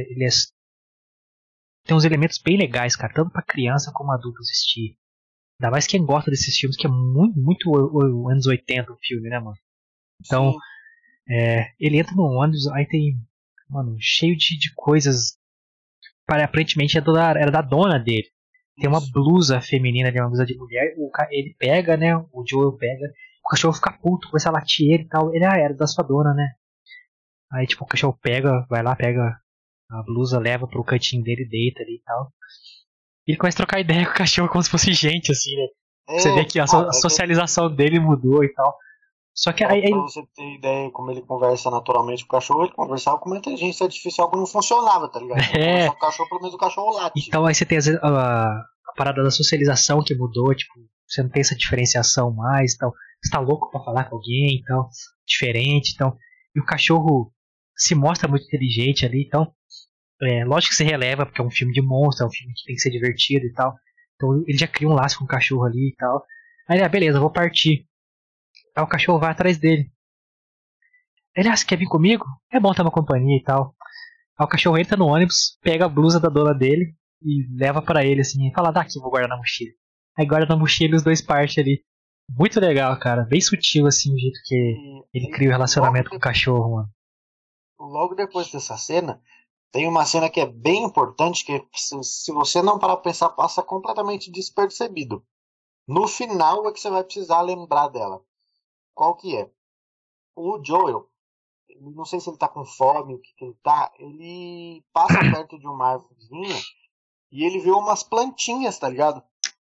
tem uns elementos bem legais, cara, tanto pra criança como adulto assistir. Ainda mais quem gosta desses filmes, que é muito, muito anos 80 o filme, né, mano? Então, ele entra no ônibus, aí tem, mano, cheio de coisas. Aparentemente era da dona dele. Tem uma blusa feminina, uma blusa de mulher. Ele pega, né? O Joel pega. O cachorro fica puto, começa a latir ele e tal. Ele era da sua dona, né? Aí, tipo, o cachorro vai lá, pega a blusa, leva pro cantinho dele, deita ali e tal. E ele começa a trocar ideia com o cachorro como se fosse gente, assim, né? Você vê que a socialização dele mudou e tal. Só que aí. Pra você ter ideia como ele conversa naturalmente com o cachorro, ele conversava com uma inteligência artificial que não funcionava, tá ligado? Com o cachorro, pelo menos o cachorro late. Então aí você tem a parada da socialização que mudou, tipo, você não tem essa diferenciação mais, então, você tá louco pra falar com alguém, então, diferente, então. E o cachorro se mostra muito inteligente ali, então. Lógico que você releva, porque é um filme de monstro, é um filme que tem que ser divertido e tal. Então ele já cria um laço com o cachorro ali e tal. Aí beleza, eu vou partir. Aí o cachorro vai atrás dele. Ele, você quer vir comigo? É bom ter uma companhia e tal. Aí o cachorro entra no ônibus, pega a blusa da dona dele e leva pra ele assim, e fala, daqui, vou guardar na mochila. Aí guarda na mochila e os dois partem ali. Muito legal, cara. Bem sutil assim, o jeito que ele cria o relacionamento com o cachorro, mano. Logo depois dessa cena, tem uma cena que é bem importante, que se você não parar pra pensar, passa completamente despercebido. No final é que você vai precisar lembrar dela. Qual que é? O Joel, não sei se ele tá com fome, o que ele tá, ele passa perto de uma árvorezinha e ele vê umas plantinhas, tá ligado?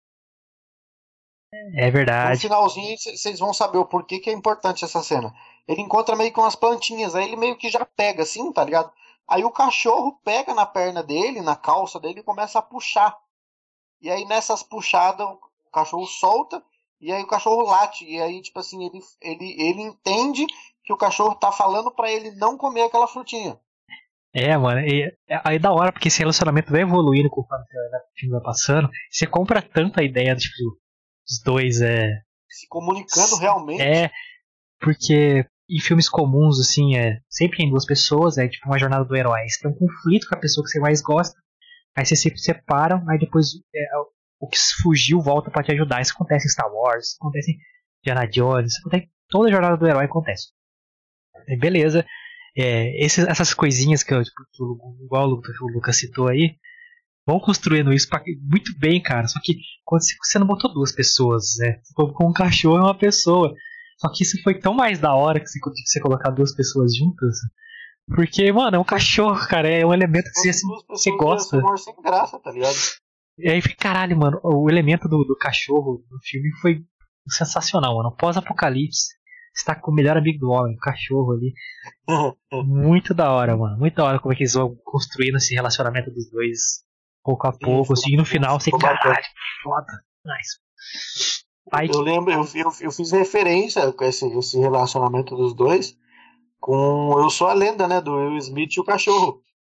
É verdade. No finalzinho vocês vão saber o porquê que é importante essa cena. Ele encontra meio que umas plantinhas, aí ele meio que já pega assim, tá ligado? Aí o cachorro pega na perna dele, na calça dele e começa a puxar. E aí nessas puxadas o cachorro solta e aí o cachorro late. E aí, tipo assim, ele entende que o cachorro tá falando pra ele não comer aquela frutinha. Mano, aí da hora, porque esse relacionamento vai evoluindo conforme o filme vai passando. Você compra tanto a ideia dos dois se comunicando realmente. Porque em filmes comuns, assim, sempre tem duas pessoas, é tipo uma jornada do herói. Você tem um conflito com a pessoa que você mais gosta, aí vocês se separam, aí depois o que fugiu volta pra te ajudar. Isso acontece em Star Wars, isso acontece em Indiana Jones, isso acontece, toda a jornada do herói acontece. E beleza, essas coisinhas que igual o Lucas citou aí, vão construindo isso muito bem, cara. Só que quando você não botou duas pessoas, né? Você colocou um cachorro e uma pessoa. Só que isso foi tão mais da hora que você colocar duas pessoas juntas. Porque, mano, é um cachorro, cara. É um elemento que você gosta. Sem graça, tá ligado? E aí, caralho, mano, o elemento do cachorro no filme foi sensacional, mano. Pós-apocalipse, você tá com o melhor amigo do homem, o cachorro ali. Muito da hora, mano. Muito da hora como é que eles vão construindo esse relacionamento dos dois, pouco a pouco. Assim, e no final, você, caralho, foda. Nice. Aí, eu lembro, eu fiz referência com esse relacionamento dos dois com Eu Sou a Lenda, né? Do Will Smith e o cachorro.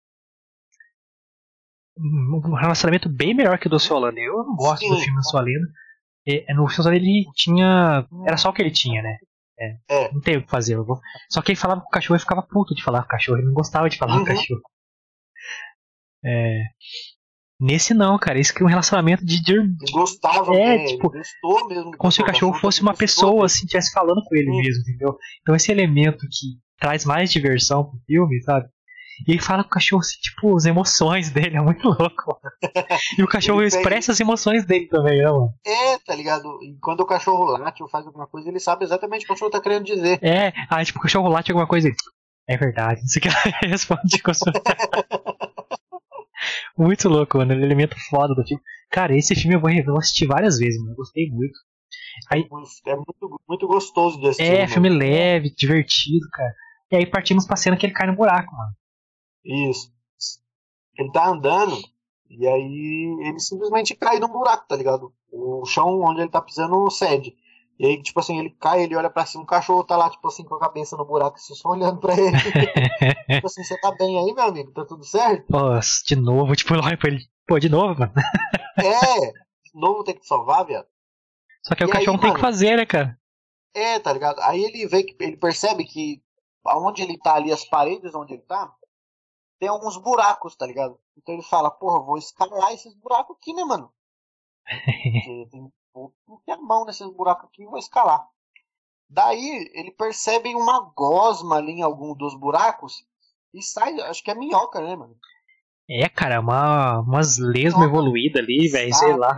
Um relacionamento bem melhor que o do Seu Holanda. Eu não gosto do filme do Sua Lenda. No Seu Holanda ele tinha. Era só o que ele tinha, né? Não tem o que fazer. Só que ele falava com o cachorro e ficava puto de falar com o cachorro. Ele não gostava de falar com o cachorro. Nesse não, cara. Esse cria um relacionamento de. Gostava, tipo, gostou mesmo. Como se o cachorro fosse uma pessoa, assim, estivesse falando com ele mesmo, entendeu? Então esse elemento que traz mais diversão pro filme, sabe? E ele fala com o cachorro, assim, tipo, as emoções dele, é muito louco. E o cachorro expressa as emoções dele também, né, mano? Tá ligado? E quando o cachorro late ou faz alguma coisa, ele sabe exatamente o que o cachorro tá querendo dizer. Aí tipo, o cachorro late alguma coisa e... É verdade, não sei o que ela responde com a sua... Muito louco, mano, elemento foda do filme. Cara, esse filme eu vou assistir várias vezes, mano, eu gostei muito. Aí... É muito, muito gostoso de assistir. Filme leve, divertido, cara. E aí partimos pra cena que ele cai no buraco, mano. Isso. Ele tá andando e aí ele simplesmente cai num buraco, tá ligado? O chão onde ele tá pisando cede. E aí, tipo assim, ele cai, ele olha pra cima, o cachorro tá lá, tipo assim, com a cabeça no buraco, assim, só olhando pra ele. Tipo assim, você tá bem aí, meu amigo? Tá tudo certo? Nossa, de novo, tipo, olha pra ele. Pô, de novo, mano. De novo tem que salvar, viado. Só que o cachorro tem que fazer, né, cara? Tá ligado? Aí ele vê que ele percebe que aonde ele tá ali, as paredes onde ele tá, tem alguns buracos, tá ligado? Então ele fala, porra, vou escalar esses buracos aqui, né, mano? Vou meter a mão nesses buracos aqui e vou escalar. Daí ele percebe uma gosma ali em algum dos buracos e sai, acho que é minhoca, né, mano? Cara, umas lesmas evoluídas ali, velho, sei lá.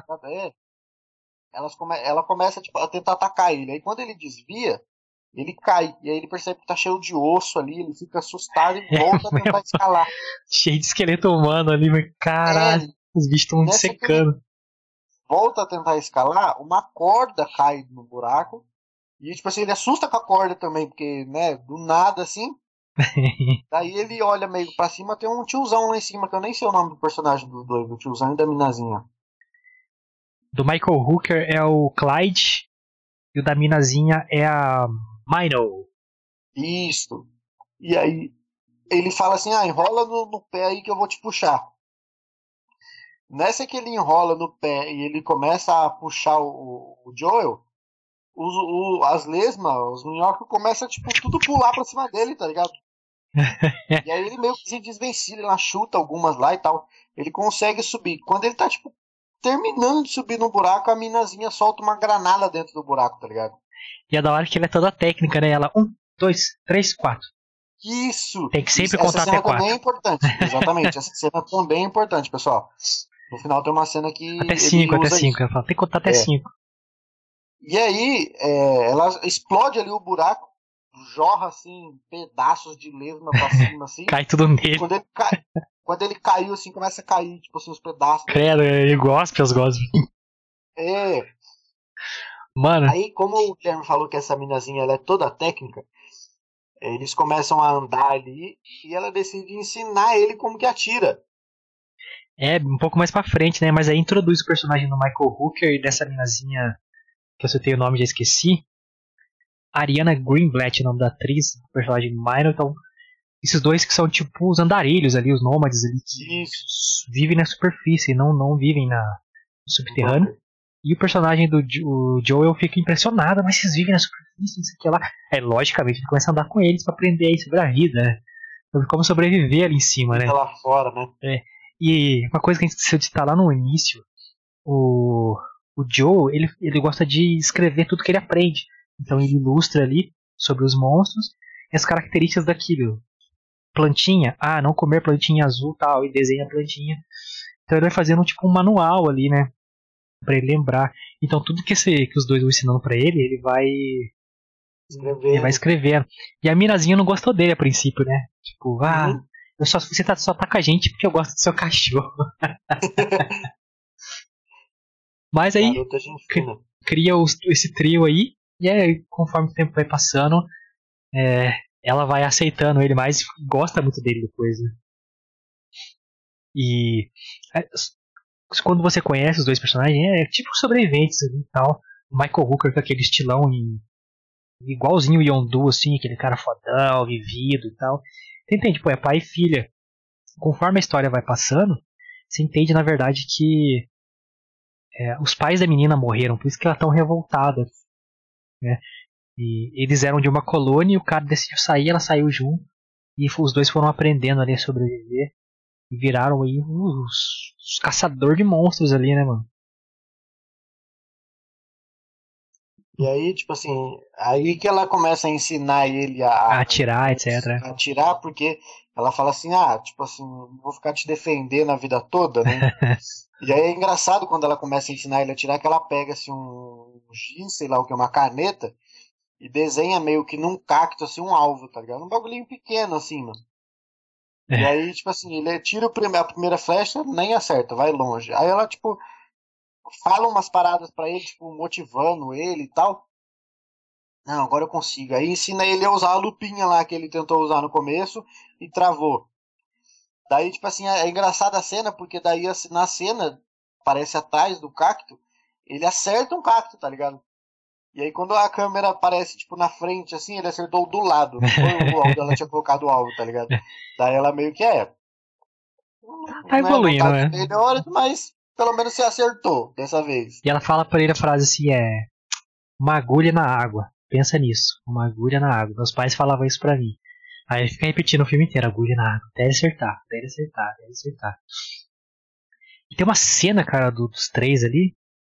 Ela começa tipo, a tentar atacar ele. Aí quando ele desvia, ele cai. E aí ele percebe que tá cheio de osso ali, ele fica assustado e volta a tentar escalar. Cheio de esqueleto humano ali, mas caralho, os bichos estão secando. Volta a tentar escalar, uma corda cai no buraco. E tipo assim, ele assusta com a corda também, porque, né, do nada assim. Daí ele olha meio pra cima, tem um tiozão lá em cima, que eu nem sei o nome do personagem dos dois, do tiozão e da minazinha. Do Michael Hooker é o Clyde e o da minazinha é a Mino. Isso. E aí ele fala assim, enrola no pé aí que eu vou te puxar. Nessa que ele enrola no pé e ele começa a puxar o Joel, as lesmas, os minhocos começam tipo, tudo pular pra cima dele, tá ligado? E aí ele meio que se desvencilha, ele lá chuta algumas lá e tal. Ele consegue subir. Quando ele tá tipo terminando de subir no buraco, a minazinha solta uma granada dentro do buraco, tá ligado? E é da hora que ele é toda técnica, né? Ela, 1, 2, 3, 4. Isso! Tem que sempre contar até 4. Essa cena também é importante, exatamente. Essa cena também é importante, pessoal. No final tem uma cena que... Até 5, até 5. Eu falo, tem que contar até 5. E aí, ela explode ali o buraco, jorra assim, pedaços de lesma pra cima, assim. Cai tudo nele. Quando ele caiu, assim, começa a cair, tipo assim, os pedaços. Credo, ele gospe as gosmas. Mano. Aí, como o Guilherme falou que essa minazinha ela é toda técnica, eles começam a andar ali e ela decide ensinar ele como que atira. Um pouco mais pra frente, né? Mas aí introduz o personagem do Michael Hooker e dessa minazinha, que eu citei o nome, já esqueci. Ariana Greenblatt, o nome da atriz, o personagem Minor. Então, esses dois que são tipo os andarilhos ali, os nômades ali, que vivem na superfície, não vivem no subterrâneo. E o personagem do o Joel fica impressionado, mas vocês vivem na superfície, isso aqui lá. Aí, logicamente, ele começa a andar com eles pra aprender aí sobre a vida, né? Sobre como sobreviver ali em cima, né? Lá fora, né? E uma coisa que a gente esqueceu de citar lá no início, o Joel, ele gosta de escrever tudo que ele aprende. Então ele ilustra ali sobre os monstros e as características daquilo. Plantinha, não comer plantinha azul, tal, e desenha a plantinha. Então ele vai fazendo tipo um manual ali, né? Pra ele lembrar. Então tudo que os dois vão ensinando pra ele, ele vai escrevendo. E a Mirazinha não gostou dele a princípio, né? Tipo, você só tá com a gente porque eu gosto do seu cachorro. Mas aí cria esse trio aí, e aí, conforme o tempo vai passando, ela vai aceitando ele mais e gosta muito dele depois, né? E quando você conhece os dois personagens, é tipo sobreviventes ali e tal. O Michael Hooker com aquele estilão igualzinho o Yondu, assim, aquele cara fodão, vivido e tal. Você entende, é pai e filha. Conforme a história vai passando, você entende na verdade que os pais da menina morreram, por isso que ela é tão revoltada, né? E eles eram de uma colônia e o cara decidiu sair, ela saiu junto, e os dois foram aprendendo ali a sobreviver e viraram aí os caçadores de monstros ali, né, mano? E aí, tipo assim, aí que ela começa a ensinar ele a atirar, etc. A atirar, porque ela fala assim, tipo assim, vou ficar te defendendo a vida toda, né? E aí é engraçado quando ela começa a ensinar ele a atirar, que ela pega assim um giz, sei lá o que, uma caneta, e desenha meio que num cacto, assim, um alvo, tá ligado? Um bagulhinho pequeno, assim, mano. E aí, tipo assim, ele tira a primeira flecha, nem acerta, vai longe. Aí ela, tipo, fala umas paradas pra ele, tipo, motivando ele e tal. Não, agora eu consigo. Aí ensina ele a usar a lupinha lá que ele tentou usar no começo e travou. Daí, tipo assim, é engraçada a cena, porque daí na cena, aparece atrás do cacto, ele acerta um cacto, tá ligado? E aí quando a câmera aparece, tipo, na frente, assim, ele acertou do lado. Não foi o alvo, ela tinha colocado o alvo, tá ligado? Daí ela meio que tá evoluindo, não né? Melhor, mas pelo menos você acertou dessa vez. E ela fala pra ele a frase assim, uma agulha na água. Pensa nisso, uma agulha na água. Meus pais falavam isso pra mim. Aí ele fica repetindo o filme inteiro, agulha na água, até ele acertar, até ele acertar, até ele acertar. E tem uma cena, cara, dos três ali.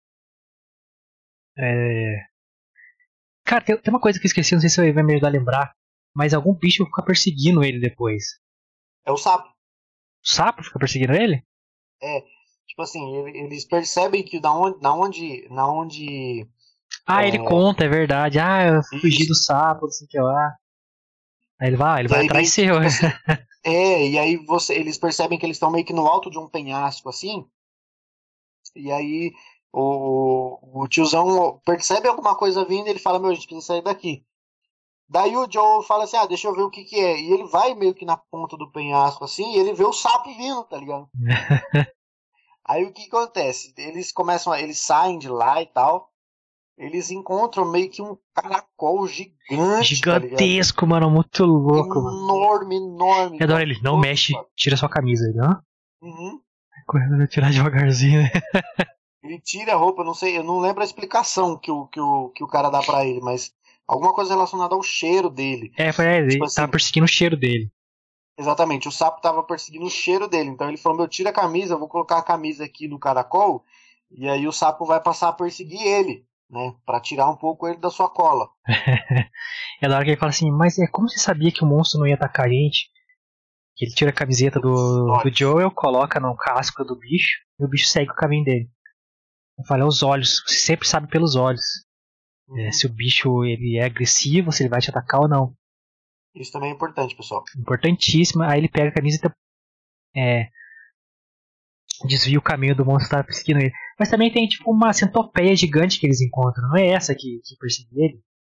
Cara, tem uma coisa que eu esqueci, não sei se você vai me ajudar a lembrar, mas algum bicho fica perseguindo ele depois. É o sapo. O sapo fica perseguindo ele? Tipo assim, eles percebem que na onde ele conta, é verdade. Eu fugi do sapo, não sei o que lá. Aí ele vai atrás seu. Tipo assim, e aí eles percebem que eles estão meio que no alto de um penhasco, assim. E aí o tiozão percebe alguma coisa vindo e ele fala, a gente precisa sair daqui. Daí o Joe fala assim, deixa eu ver o que é. E ele vai meio que na ponta do penhasco, assim, e ele vê o sapo vindo, tá ligado? Aí o que acontece? Eles saem de lá e tal. Eles encontram meio que um caracol gigante. Gigantesco, tá, mano, muito louco. Enorme. Eu adoro ele. Não mexe, tira sua camisa, né? Correndo pra tirar devagarzinho, né? Ele tira a roupa, eu não lembro a explicação que o cara dá pra ele, mas alguma coisa relacionada ao cheiro dele. Ele tipo assim, tava perseguindo o cheiro dele. Exatamente, o sapo tava perseguindo o cheiro dele. Então ele falou, tira a camisa, eu vou colocar a camisa aqui no caracol, e aí o sapo vai passar a perseguir ele, né? Pra tirar um pouco ele da sua cola. É da hora que ele fala assim, mas como você sabia que o monstro não ia atacar a gente? Ele tira a camiseta do Joel, coloca no casco do bicho, e o bicho segue o caminho dele. Eu falo, os olhos, você sempre sabe pelos olhos. Se o bicho ele é agressivo, se ele vai te atacar ou não. Isso também é importante, pessoal. Importantíssimo. Aí ele pega a camisa e desvia o caminho do monstro que tá perseguindo ele. Mas também tem tipo uma centopeia gigante que eles encontram. Não é essa que persegue ele?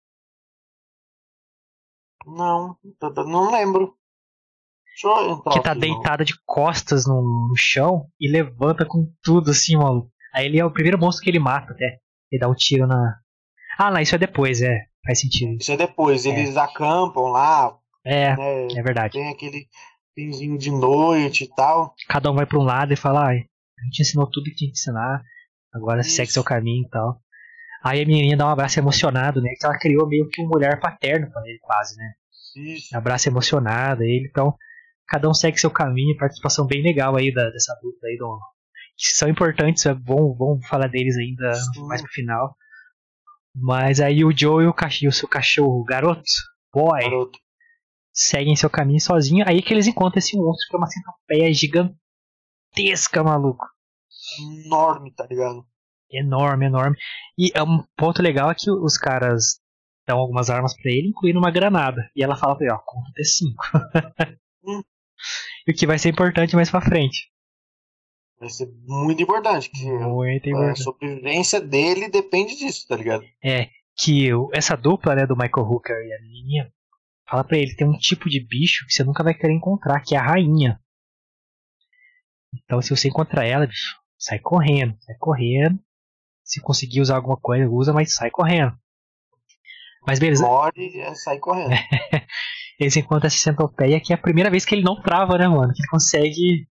Não lembro. Deixa eu entrar que tá deitada de costas no chão e levanta com tudo assim, mano. Aí ele é o primeiro monstro que ele mata até. Ele dá um tiro na... não, isso é depois, faz sentido. Isso é depois, eles acampam lá. É verdade. Tem aquele finzinho de noite e tal. Cada um vai pra um lado e fala, a gente ensinou tudo que tinha que ensinar. Agora segue seu caminho e tal. Aí a menininha dá um abraço emocionado, né? Que ela criou meio que um olhar paterno pra ele, quase, né? Isso. Abraço emocionado ele. Então, cada um segue seu caminho. Participação bem legal aí dessa dupla aí. Que são importantes, é bom, vamos falar deles ainda mais pro final. Mas aí o Joe e o seu cachorro, garoto, Garoto. seguem seu caminho sozinho. Aí que eles encontram esse monstro que é uma centopeia gigantesca, maluco. Enorme, tá ligado? Enorme, enorme. E um ponto legal é que os caras dão algumas armas pra ele, incluindo uma granada. E ela fala pra ele, ó, conta até 5. E o que vai ser importante mais pra frente. Vai ser muito importante. Que Muito importante. A sobrevivência dele depende disso, tá ligado? É, que essa dupla, né, do Michael Hooker e a menininha, fala pra ele, tem um tipo de bicho que você nunca vai querer encontrar, que é a rainha. Então se você encontrar ela, bicho, sai correndo. Se conseguir usar alguma coisa, usa, mas sai correndo. Mas beleza. Morre, sai correndo. Eles encontram essa centopeia, que é a primeira vez que ele não trava, né, mano? Que ele consegue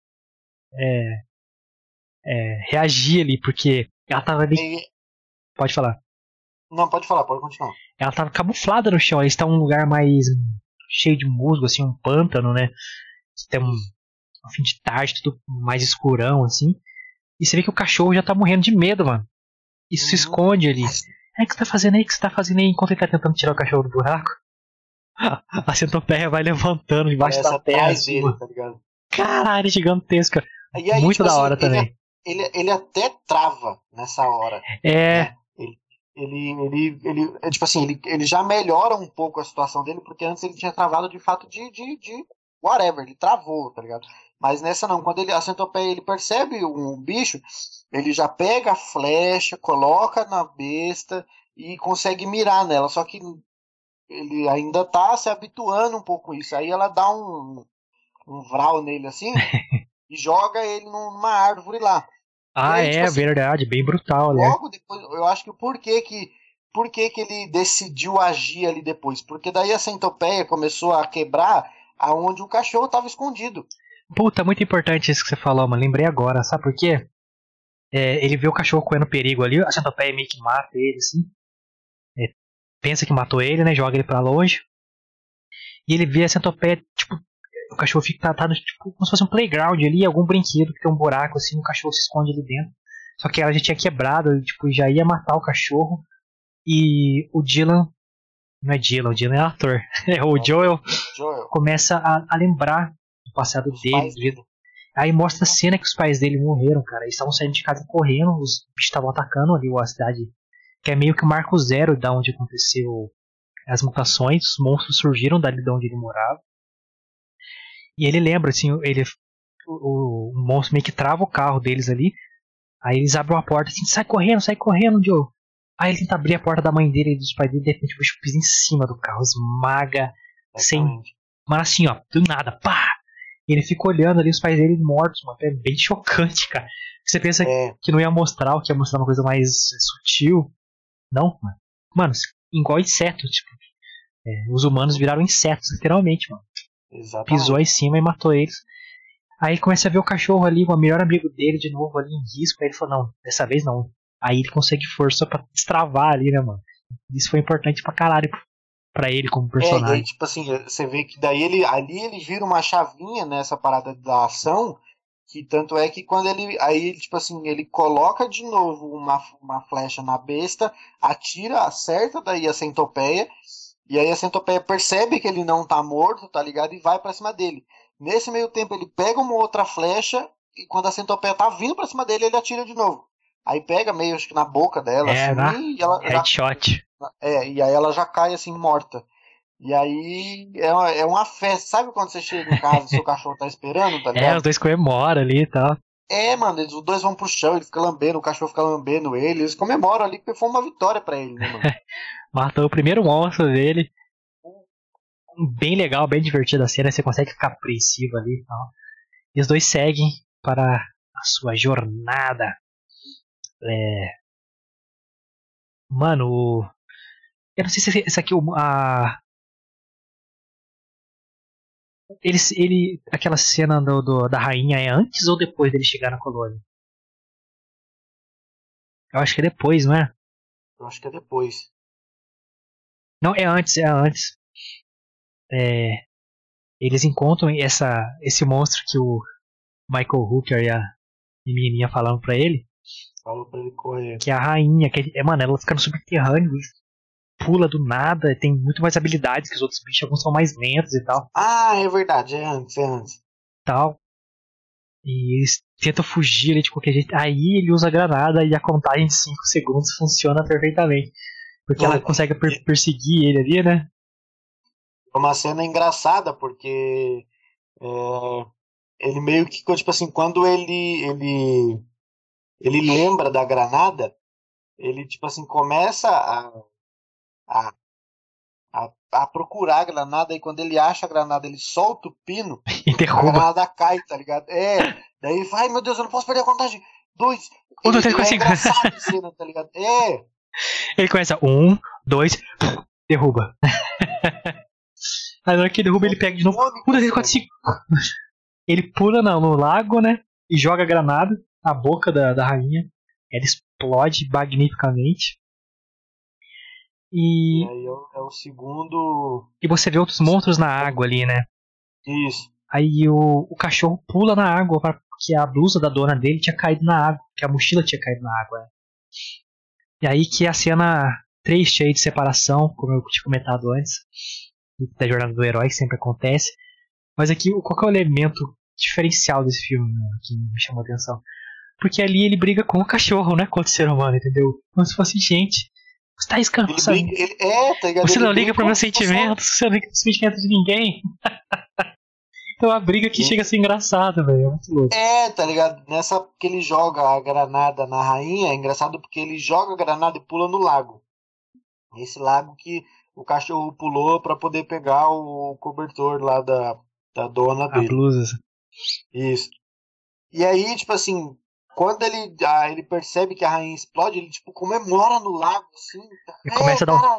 reagir ali, porque ela tava ali. Pode falar. Não, pode falar, pode continuar. Ela tava camuflada no chão, eles estão num lugar mais cheio de musgo, assim, um pântano, né? Tem um fim de tarde, tudo mais escurão, assim. E você vê que o cachorro já tá morrendo de medo, mano. E se esconde ali. O que você tá fazendo aí? O que você tá fazendo aí enquanto ele tá tentando tirar o cachorro do buraco? A centopeia vai levantando embaixo da terra. Assim, dele, tá ligado? Caralho, gigantesca. E aí, muito tipo, da hora assim, também. Ele até trava nessa hora. É. Né? Ele tipo assim, ele já melhora um pouco a situação dele, porque antes ele tinha travado de fato de whatever, ele travou, tá ligado? Mas nessa não, quando a centopeia ele percebe um bicho, ele já pega a flecha, coloca na besta e consegue mirar nela, só que ele ainda tá se habituando um pouco a isso. Aí ela dá um vral nele assim e joga ele numa árvore lá. Ah, aí, tipo assim, verdade, bem brutal, né? Logo depois, eu acho que por que ele decidiu agir ali depois? Porque daí a centopeia começou a quebrar aonde o cachorro estava escondido. Puta, muito importante isso que você falou, mano. Lembrei agora, sabe por quê? Ele vê o cachorro correndo perigo ali, a centopeia meio que mata ele, assim. Pensa que matou ele, né? Joga ele pra longe. E ele vê a centopeia, tipo, o cachorro fica tá tipo, como se fosse um playground ali, algum brinquedo que tem um buraco assim, o cachorro se esconde ali dentro. Só que ela já tinha quebrado, tipo, já ia matar o cachorro. E o Dylan. Não é Dylan, o Dylan é ator. O Joel começa a lembrar do passado dele. Aí mostra a cena que os pais dele morreram, cara. Eles estavam saindo de casa correndo, os bichos estavam atacando ali a cidade. Que é meio que o marco zero da onde aconteceu as mutações. Os monstros surgiram dali de onde ele morava. E ele lembra, assim, o monstro meio que trava o carro deles ali. Aí eles abrem uma porta assim, sai correndo, Joe. Aí ele tenta abrir a porta da mãe dele e dos pais dele, de repente o bicho pisa em cima do carro, esmaga, mas assim, ó, do nada, pá! E ele fica olhando ali os pais dele mortos, mano, é bem chocante, cara. Você pensa que não ia mostrar, que ia mostrar uma coisa mais sutil. Não, mano. Mano, igual inseto, tipo. Os humanos viraram insetos, literalmente, mano. Exatamente. Pisou em cima e matou eles. Aí ele começa a ver o cachorro ali, o melhor amigo dele, de novo ali em risco. Aí ele falou, não, dessa vez não. Aí ele consegue força pra destravar ali, né, mano? Isso foi importante pra caralho pra ele como personagem. E aí, tipo assim, você vê que daí ali ele vira uma chavinha nessa parada da ação, que tanto é que quando aí, tipo assim, ele coloca de novo uma flecha na besta, atira, acerta daí a centopeia, e aí a centopeia percebe que ele não tá morto, tá ligado? E vai pra cima dele. Nesse meio tempo ele pega uma outra flecha, e quando a centopeia tá vindo pra cima dele, ele atira de novo. Aí pega meio, acho que na boca dela, assim, e ela headshot. E aí ela já cai assim, morta. E aí é uma festa. Sabe quando você chega em casa e seu cachorro tá esperando, tá ligado? Os dois comemoram ali e tal. Mano, os dois vão pro chão, ele fica lambendo, o cachorro fica lambendo ele. Eles comemoram ali porque foi uma vitória pra ele, né, mano? Matou o primeiro monstro dele. Bem legal, bem divertida a cena, você consegue ficar apreensivo ali e tal. E os dois seguem para a sua jornada. Mano, eu não sei se esse aqui aquela cena da rainha é antes ou depois dele chegar na colônia? Eu acho que é depois, não é? Eu acho que é depois. Não, é antes. Eles encontram esse monstro que o Michael Hooker e a menininha falaram pra ele. Falou pra ele correr. Que é a rainha, mano, ela fica no subterrâneo, pula do nada, tem muito mais habilidades que os outros bichos, alguns são mais lentos e tal. Ah, é verdade, é antes. Tal. E eles tentam fugir ali de qualquer jeito. Aí ele usa a granada e a contagem de 5 segundos funciona perfeitamente. Porque ela consegue perseguir ele ali, né? É uma cena engraçada, porque ele meio que, tipo assim, quando ele lembra da granada, ele, tipo assim, começa a, a procurar a granada, e quando ele acha a granada, ele solta o pino, E derruba. a granada cai, tá ligado? Daí ele fala, ai meu Deus, eu não posso perder a contagem. 2. É engraçado a cena, tá ligado? Ele começa 1, 2, derruba. Aí na hora que ele derruba, ele pega de novo. 1, 2, 3, 4, 5. Ele pula no lago, né? E joga a granada na boca da rainha. Ela explode magnificamente. E aí é o segundo. E você vê outros monstros na água ali, né? Isso. Aí o cachorro pula na água, porque a blusa da dona dele tinha caído na água. Que a mochila tinha caído na água. Né? E aí que é a cena triste aí de separação, como eu tinha comentado antes. Da jornada do herói, que sempre acontece. Mas aqui, qual que é o elemento diferencial desse filme, né, que me chamou a atenção? Porque ali ele briga com o cachorro, né? Contra o ser humano, entendeu? Como se fosse gente. Você tá riscando com tá ligado? Você não liga para meus sentimentos, você não liga pros sentimentos de ninguém. Então a briga aqui chega a ser engraçada, velho. É muito louco. Tá ligado? Nessa que ele joga a granada na rainha, é engraçado porque ele joga a granada e pula no lago. Esse lago que o cachorro pulou pra poder pegar o cobertor lá da dona dele. A blusa. Isso. E aí, tipo assim, quando ele percebe que a rainha explode, ele, tipo, comemora no lago, assim. E começa a dar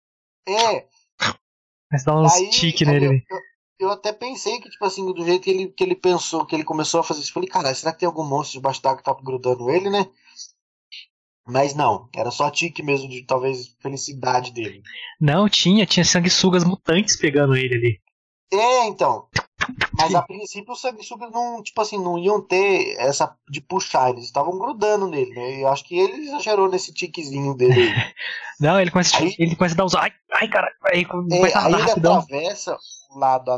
Começa a dar uns tique nele. Eu até pensei que, tipo assim, do jeito que ele pensou, que ele começou a fazer isso, eu falei, cara, será que tem algum monstro debaixo d'água que tá grudando ele, né? Mas não, era só tique mesmo, de talvez felicidade dele. Não, tinha sanguessugas mutantes pegando ele ali. Então. Mas a princípio os sanguessugas não, tipo assim, não iam ter essa de puxar, eles estavam grudando nele, né? Eu acho que ele exagerou nesse tiquezinho dele. Não, ele começa a dar uns. Ai, cara, aí começa a aí nadar ele rapidão. Atravessa o lado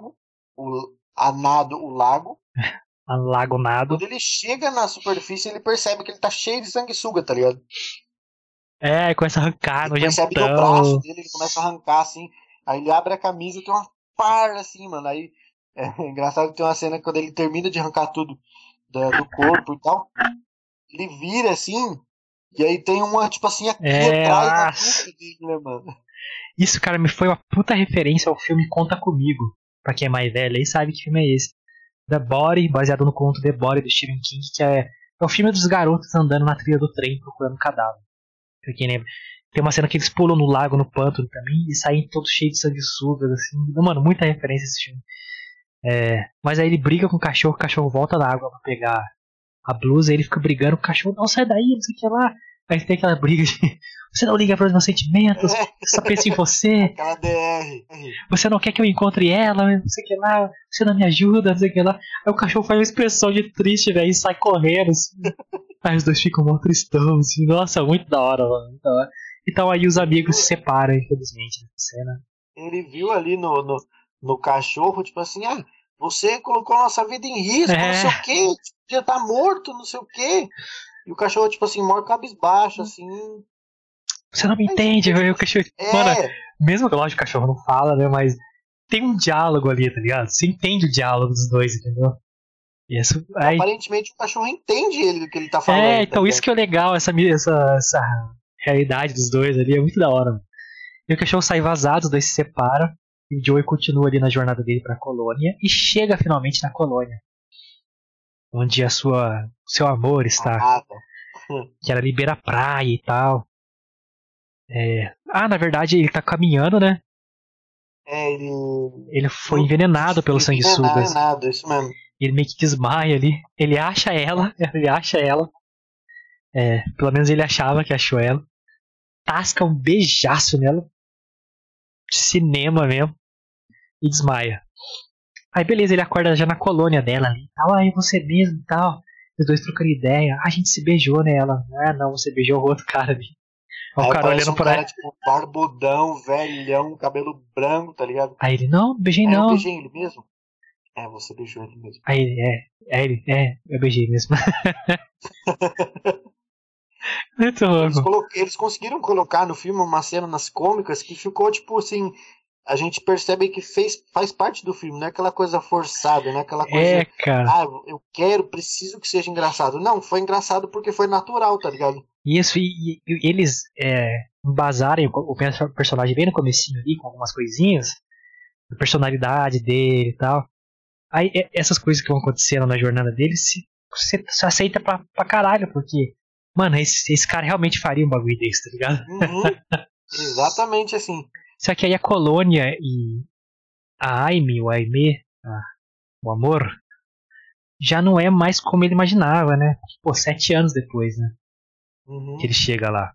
o lago. A lagonado. Quando ele chega na superfície, ele percebe que ele tá cheio de sanguessuga, tá ligado? Começa a arrancar, ele percebe do braço dele, ele começa a arrancar assim. Aí ele abre a camisa e tem uma par assim, mano. Aí é engraçado que tem uma cena que quando ele termina de arrancar tudo do corpo e tal, ele vira assim, e aí tem uma, tipo assim, aqui atrás da nuca dele, né, mano? Isso, cara, me foi uma puta referência ao filme Conta Comigo. Pra quem é mais velho aí sabe que filme é esse. The Body, baseado no conto The Body do Stephen King, que é o filme dos garotos andando na trilha do trem procurando cadáver. Pra quem lembra. Tem uma cena que eles pulam no lago, no pântano também, e saem todos cheios de sanguessugas, assim. Mano, muita referência esse filme. Mas aí ele briga com o cachorro volta na água pra pegar a blusa, e ele fica brigando com o cachorro, não, sai daí, não sei o que lá. Aí tem aquela briga de você não liga para os meus sentimentos, só pensa em você. Aquela DR. Você não quer que eu encontre ela, não sei o que lá, você não me ajuda, não sei o que lá. Aí o cachorro faz uma expressão de triste, velho, e sai correndo, assim. Aí os dois ficam mó tristão, assim. Nossa, muito da hora, mano, muito da hora. Então aí os amigos se separam, infelizmente, nessa cena. Ele viu ali no cachorro, tipo assim, você colocou a nossa vida em risco, não sei o quê, já tá morto, não sei o quê. E o cachorro, tipo assim, maior cabisbaixo, assim. Você não me entende, velho, o cachorro... Mano, mesmo que lógico o cachorro não fala, né, mas tem um diálogo ali, tá ligado? Você entende o diálogo dos dois, entendeu? Isso, aí... Aparentemente o cachorro entende ele do que ele tá falando. Então tá isso que é legal, essa realidade dos dois ali, é muito da hora, mano. E o cachorro sai vazado, os dois se separam, e o Joey continua ali na jornada dele pra colônia, e chega finalmente na colônia. Onde seu amor está. Que ela libera a praia e tal. Na verdade ele tá caminhando, né? Ele foi envenenado pelos sanguessugas. Isso mesmo. Ele meio que desmaia ali. Ele acha ela. Pelo menos ele achava que achou ela. Tasca um beijaço nela. De cinema mesmo. E desmaia. Aí beleza, ele acorda já na colônia dela ali. Tal, aí você mesmo e tal. Os dois trocando ideia. A gente se beijou, né? Ela, não, você beijou o outro cara ali. Aí o cara olhando pra ela. Tipo, barbudão, velhão, cabelo branco, tá ligado? Aí ele, não beijei não. Eu beijei ele mesmo? Você beijou ele mesmo. Aí ele, eu beijei mesmo. Muito louco. Eles conseguiram colocar no filme umas cenas cômicas que ficou, tipo assim, a gente percebe que faz parte do filme, não é aquela coisa forçada, não é aquela coisa, cara. eu preciso que seja engraçado. Não, foi engraçado porque foi natural, tá ligado? Isso, e eles embasarem o personagem bem no comecinho ali, com algumas coisinhas, a personalidade dele e tal. Aí essas coisas que vão acontecendo na jornada dele, você aceita pra caralho, porque, mano, esse cara realmente faria um bagulho desse, tá ligado? Uhum. Exatamente assim. Só que aí a colônia e a Aime, o Aime, o amor, já não é mais como ele imaginava, né? Pô, 7 anos depois, né? Que ele chega lá.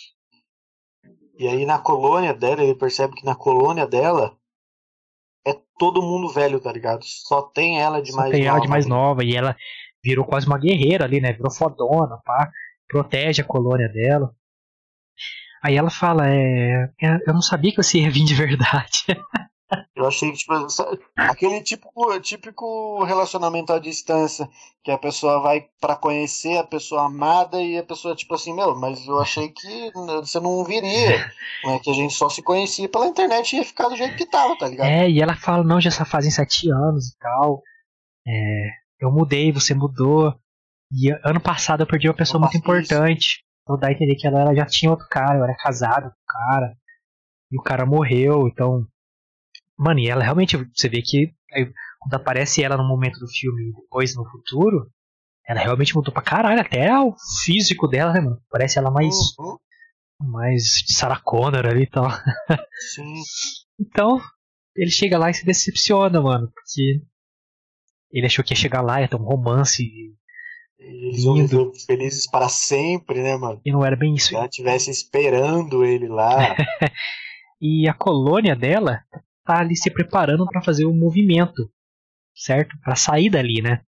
E aí na colônia dela, ele percebe que na colônia dela é todo mundo velho, tá ligado? Só tem ela de mais nova. Só tem ela de mais nova, e ela virou quase uma guerreira ali, né? Virou fodona, pá. Protege a colônia dela. Aí ela fala, eu não sabia que você ia vir de verdade. Eu achei que, tipo, aquele típico relacionamento à distância, que a pessoa vai pra conhecer a pessoa amada e a pessoa, tipo assim, mas eu achei que você não viria, né, que a gente só se conhecia pela internet e ia ficar do jeito que tava, tá ligado? E ela fala, não, já fazem 7 anos e tal, eu mudei, você mudou, e ano passado eu perdi uma pessoa muito importante, então dá a entender que ela já tinha outro cara, eu era casado com o cara, e o cara morreu, então... Mano, e ela realmente, você vê que quando aparece ela no momento do filme e depois no futuro, ela realmente mudou pra caralho, até o físico dela, né, mano? Parece ela mais de Sarah Connor ali e tal. Sim. Então, ele chega lá e se decepciona, mano, porque ele achou que ia chegar lá, ia ter um romance. Eles iam viver felizes para sempre, né, mano? E não era bem isso. Se ela estivesse esperando ele lá. E a colônia dela tá ali se preparando para fazer um movimento, certo? Para sair dali, né?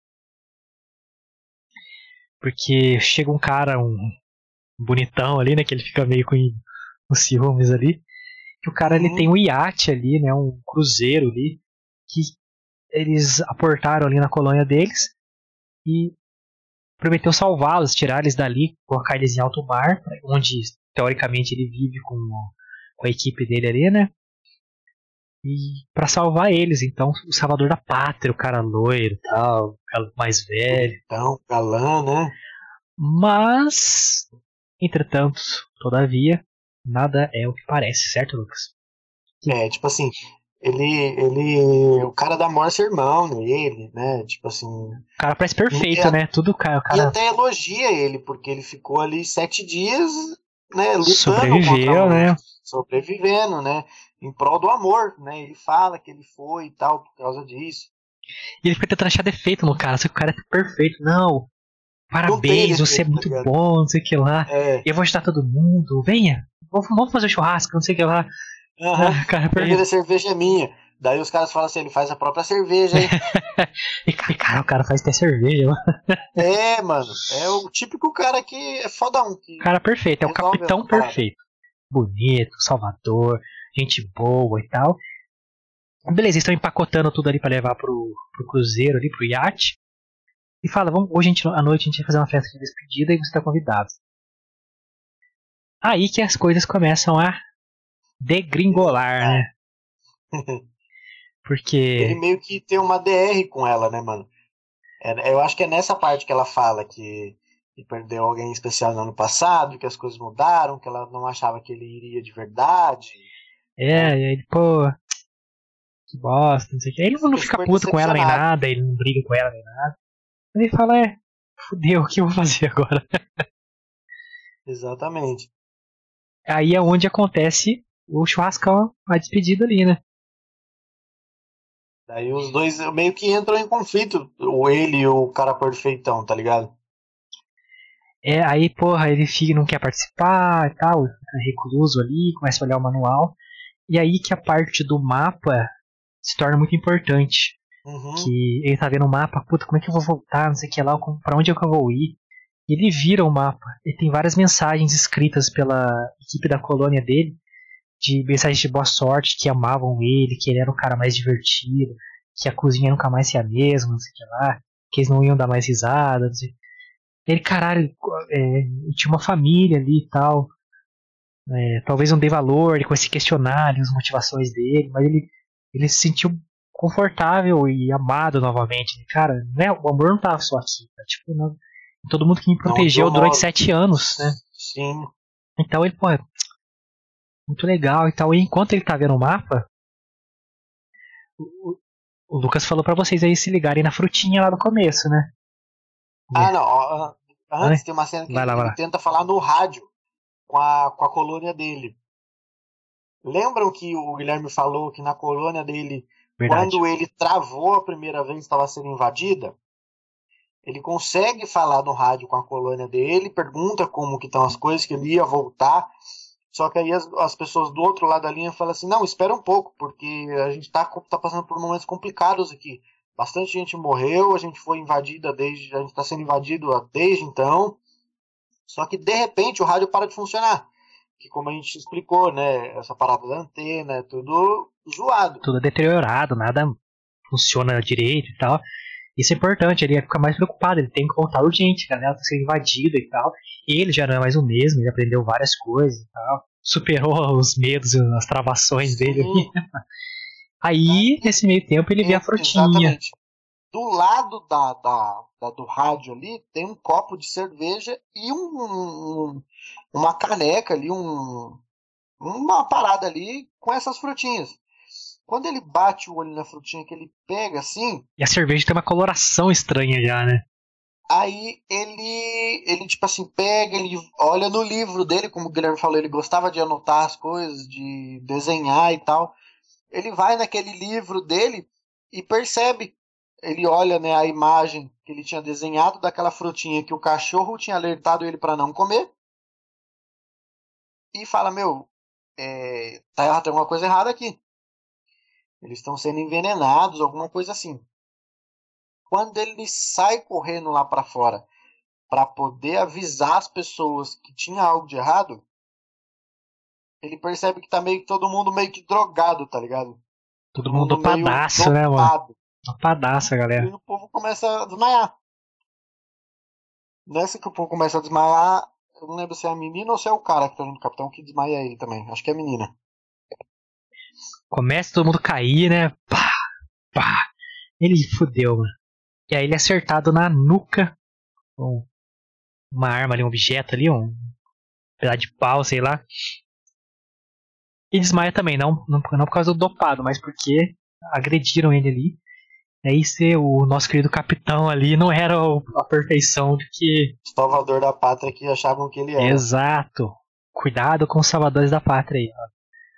Porque chega um cara, um bonitão ali, né? Que ele fica meio com ciúmes ali. Que o cara ele tem um iate ali, né? Um cruzeiro ali. Que eles aportaram ali na colônia deles. E prometeu salvá-los, tirar eles dali, colocar eles em alto mar, onde teoricamente ele vive com a equipe dele ali, né? E pra salvar eles, então, o salvador da pátria, o cara loiro e tal, o cara mais velho. Então, galã, né? Mas, entretanto, todavia, nada é o que parece, certo, Lucas? Tipo assim, o cara dá maior sermão nele, né? Tipo assim... O cara parece perfeito, né? Tudo o cara... E até elogia ele, porque ele ficou ali 7 dias, né? Lutando sobreviveu, né? Sobrevivendo, né? Em prol do amor, né? Ele fala que ele foi e tal, por causa disso. E ele fica tentando achar defeito no cara, só que o cara é perfeito. Não, parabéns, você é muito bom, não sei o que lá. Eu vou ajudar todo mundo, venha, vamos fazer churrasco, não sei o que lá. Cara, a cerveja é minha. Daí os caras falam assim, ele faz a própria cerveja, hein? E cara, o cara faz até cerveja, mano. Mano, é o típico cara que é fodão. Cara perfeito, é o capitão perfeito. Bonito, salvador, gente boa e tal. Beleza, eles estão empacotando tudo ali pra levar pro cruzeiro ali, pro iate. E fala, hoje à noite a gente vai fazer uma festa de despedida e você tá convidado. Aí que as coisas começam a degringolar, né? Porque... ele meio que tem uma DR com ela, né, mano? Eu acho que é nessa parte que ela fala que perdeu alguém especial no ano passado, que as coisas mudaram, que ela não achava que ele iria de verdade. E aí, pô, que bosta, não sei o que. Ele não fica puto com ela nem nada, ele não briga com ela nem nada. Ele fala, fudeu, o que eu vou fazer agora? Exatamente. Aí é onde acontece o churrascão, a despedida ali, né? Daí os dois meio que entram em conflito, ele e o cara perfeitão, tá ligado? Aí, porra, ele fica, não quer participar e tal, fica recluso ali, começa a olhar o manual. E aí que a parte do mapa se torna muito importante. Que ele tá vendo o mapa, puta, como é que eu vou voltar, não sei o que lá, pra onde é que eu vou ir? E ele vira o mapa, e tem várias mensagens escritas pela equipe da colônia dele, de mensagens de boa sorte, que amavam ele, que ele era um cara mais divertido, que a cozinha nunca mais seria a mesma, não sei o que lá, que eles não iam dar mais risada, não sei. Ele, caralho, tinha uma família ali e tal. Talvez não dê valor com esse questionário, as motivações dele, mas ele se sentiu confortável e amado novamente. Cara, né, o amor não tava só aqui, tá? Tipo, não, todo mundo que me protegeu durante 7 anos, né? Sim. Então ele, pô, muito legal e tal. E enquanto ele tá vendo o mapa, o Lucas falou pra vocês aí se ligarem na frutinha lá no começo, né? Não. Antes tem uma cena que ele tenta falar no rádio com a colônia dele. Lembram que o Guilherme falou que na colônia dele, verdade, quando ele travou a primeira vez, estava sendo invadida? Ele consegue falar no rádio com a colônia dele, pergunta como que estão as coisas, que ele ia voltar. Só que aí as pessoas do outro lado da linha falam assim, não, espera um pouco, porque a gente tá passando por momentos complicados aqui. Bastante gente morreu, a gente foi invadida a gente está sendo invadido desde então. Só que de repente o rádio para de funcionar. Que como a gente explicou, né, essa parada da antena, é tudo zoado. Tudo deteriorado, nada funciona direito e tal. Isso é importante, ele ia ficar mais preocupado, ele tem que voltar urgente, a galera tá sendo invadida e tal. Ele já não é mais o mesmo, ele aprendeu várias coisas e tal. Superou os medos e as travações dele ali. Aí, nesse meio tempo, ele vê a frutinha. Exatamente. Do lado do rádio ali, tem um copo de cerveja e uma caneca ali, uma parada ali com essas frutinhas. Quando ele bate o olho na frutinha que ele pega assim... E a cerveja tem uma coloração estranha já, né? Aí ele tipo assim, pega, ele olha no livro dele, como o Guilherme falou, ele gostava de anotar as coisas, de desenhar e tal. Ele vai naquele livro dele e percebe, ele olha, né, a imagem que ele tinha desenhado daquela frutinha que o cachorro tinha alertado ele para não comer. E fala, tem alguma coisa errada aqui. Eles estão sendo envenenados, alguma coisa assim. Quando ele sai correndo lá para fora para poder avisar as pessoas que tinha algo de errado, ele percebe que tá meio que todo mundo meio que drogado, tá ligado? Todo mundo dopadaço, né, mano? Dopadaço, galera. E o povo começa a desmaiar. Nessa que o povo começa a desmaiar, eu não lembro se é a menina ou se é o cara que tá no capitão que desmaia ele também. Acho que é a menina. Começa todo mundo cair, né? Pá, pá. Ele fudeu, mano. E aí ele é acertado na nuca com uma arma ali, um objeto ali, um pedaço de pau, sei lá. E desmaia também, não por causa do dopado, mas porque agrediram ele ali. E aí o nosso querido capitão ali não era a perfeição de que... Salvador da pátria que achavam que ele era. Exato. Cuidado com os salvadores da pátria aí, ó.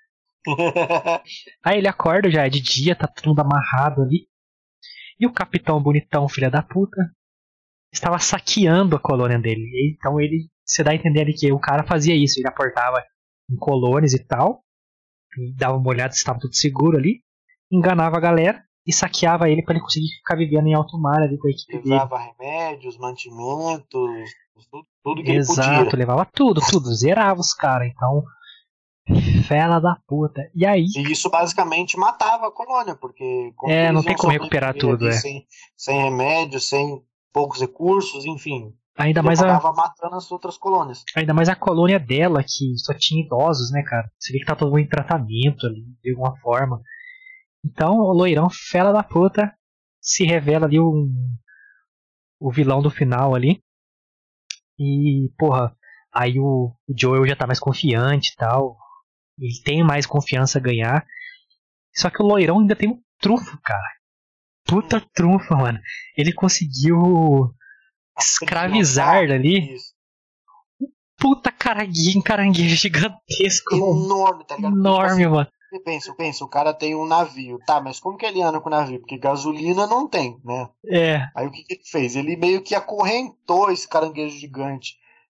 Aí ele acorda, já é de dia, tá todo mundo amarrado ali. E o capitão bonitão, filha da puta, estava saqueando a colônia dele. Então você dá a entender ali que o cara fazia isso. Ele aportava em colônias e tal, dava uma olhada se estava tudo seguro ali, enganava a galera e saqueava ele para ele conseguir ficar vivendo em alto mar ali com a equipe dele. Levava remédios, mantimentos, tudo que ele podia. Exato, levava tudo, zerava os caras. Então, fela da puta. E aí... E isso basicamente matava a colônia, porque... não tem como recuperar tudo, sem remédios, sem poucos recursos, enfim. Ainda mais acabava matando as outras colônias. Ainda mais a colônia dela, que só tinha idosos, né, cara? Você vê que tá todo mundo em tratamento ali, de alguma forma. Então, o loirão, fela da puta, se revela ali o vilão do final ali. E, porra, aí o Joel já tá mais confiante e tal. Ele tem mais confiança a ganhar. Só que o loirão ainda tem um trunfo, cara. Puta trunfo, mano. Ele conseguiu escravizar ali. Puta caranguejo gigantesco. Enorme, tá ligado? Enorme, mano. Pensa, o cara tem um navio. Tá, mas como que ele anda com o navio? Porque gasolina não tem, né? É. Aí o que ele fez? Ele meio que acorrentou esse caranguejo gigante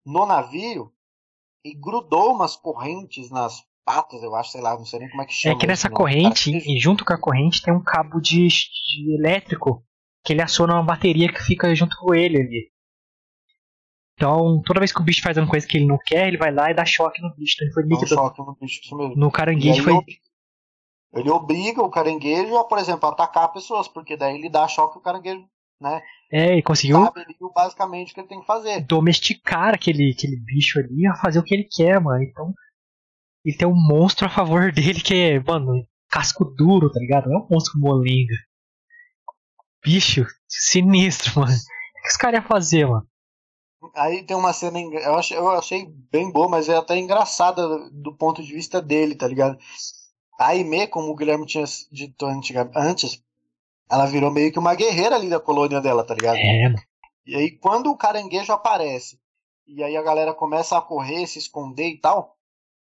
no navio e grudou umas correntes nas patas, eu acho, sei lá, não sei nem como é que chama. É que nessa corrente, e junto com a corrente, tem um cabo de elétrico que ele aciona uma bateria que fica junto com ele ali. Então, toda vez que o bicho faz uma coisa que ele não quer, ele vai lá e dá choque no bicho. Então, ele foi Dá um choque no bicho, isso mesmo. No caranguejo foi... Ele obriga o caranguejo a, por exemplo, atacar pessoas, porque daí ele dá choque ao caranguejo, né? Ele conseguiu sabe ali, basicamente o que ele tem que fazer. Domesticar aquele bicho ali a fazer o que ele quer, mano. Então, ele tem um monstro a favor dele que é, mano, casco duro, tá ligado? Não é um monstro molenga. Bicho, sinistro, mano. O que os caras iam fazer, mano? Aí tem uma cena, eu achei bem boa, mas é até engraçada do ponto de vista dele, tá ligado? A Aimee, como o Guilherme tinha dito antes, ela virou meio que uma guerreira ali da colônia dela, tá ligado? E aí quando o caranguejo aparece, e aí a galera começa a correr, se esconder e tal,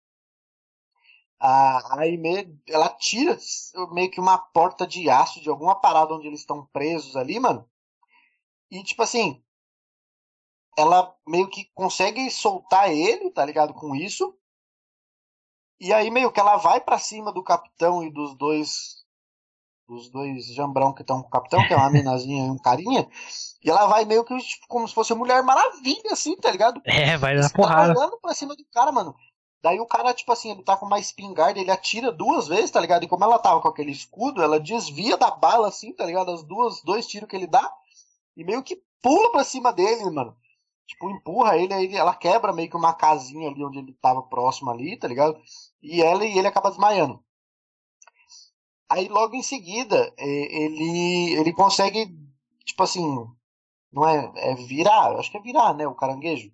a Aimee, ela tira meio que uma porta de aço de alguma parada onde eles estão presos ali, mano. E tipo assim, ela meio que consegue soltar ele, tá ligado, com isso. E aí meio que ela vai pra cima do capitão e dos dois jambrão que estão com o capitão, que é uma minazinha e um carinha. E ela vai meio que tipo, como se fosse Mulher Maravilha, assim, tá ligado? Vai dar porrada. Tá pra cima do cara, mano. Daí o cara, tipo assim, ele tá com uma espingarda, ele atira 2 vezes, tá ligado? E como ela tava com aquele escudo, ela desvia da bala, assim, tá ligado? Dois tiros que ele dá. E meio que pula pra cima dele, mano. Tipo, empurra ele, aí ela quebra meio que uma casinha ali onde ele tava próximo ali, tá ligado? E ele acaba desmaiando. Aí logo em seguida, ele consegue, tipo assim, não é virar, acho que é virar, né, o caranguejo.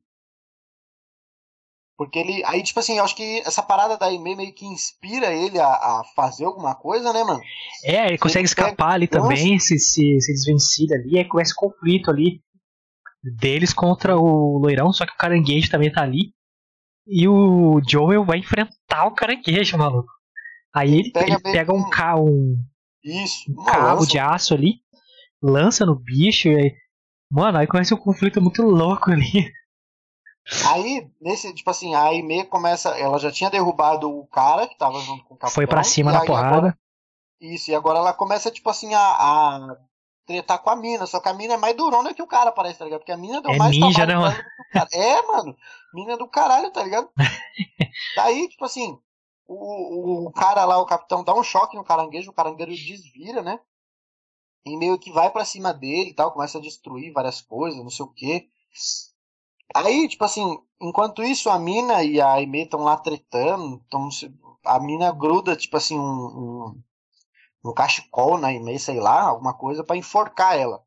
Porque ele, aí tipo assim, eu acho que essa parada da Aimee meio que inspira ele a fazer alguma coisa, né, mano? Ele consegue escapar ali também, se desvencilha ali, aí começa o conflito ali deles contra o loirão, só que o caranguejo também tá ali. E o Joel vai enfrentar o caranguejo, maluco. Aí ele pega um cabo de aço ali, lança no bicho, e aí, mano, aí começa um conflito muito louco ali. Aí, tipo assim, a Aimee começa, ela já tinha derrubado o cara que tava junto com o capitão. Foi pra cima na porrada. E agora ela começa, tipo assim, a tretar com a mina, só que a mina é mais durona que o cara, parece, tá ligado? Porque a mina deu mais ninja, trabalho né, do que o cara. Mano, mina do caralho, tá ligado? Daí, tipo assim, o cara lá, o capitão, dá um choque no caranguejo, o caranguejo desvira, né? E meio que vai pra cima dele e tal, começa a destruir várias coisas, não sei o quê. Aí, tipo assim, enquanto isso, a mina e a Aimee estão lá tretando, a mina gruda, tipo assim, um cachecol na Aimee, sei lá, alguma coisa, pra enforcar ela.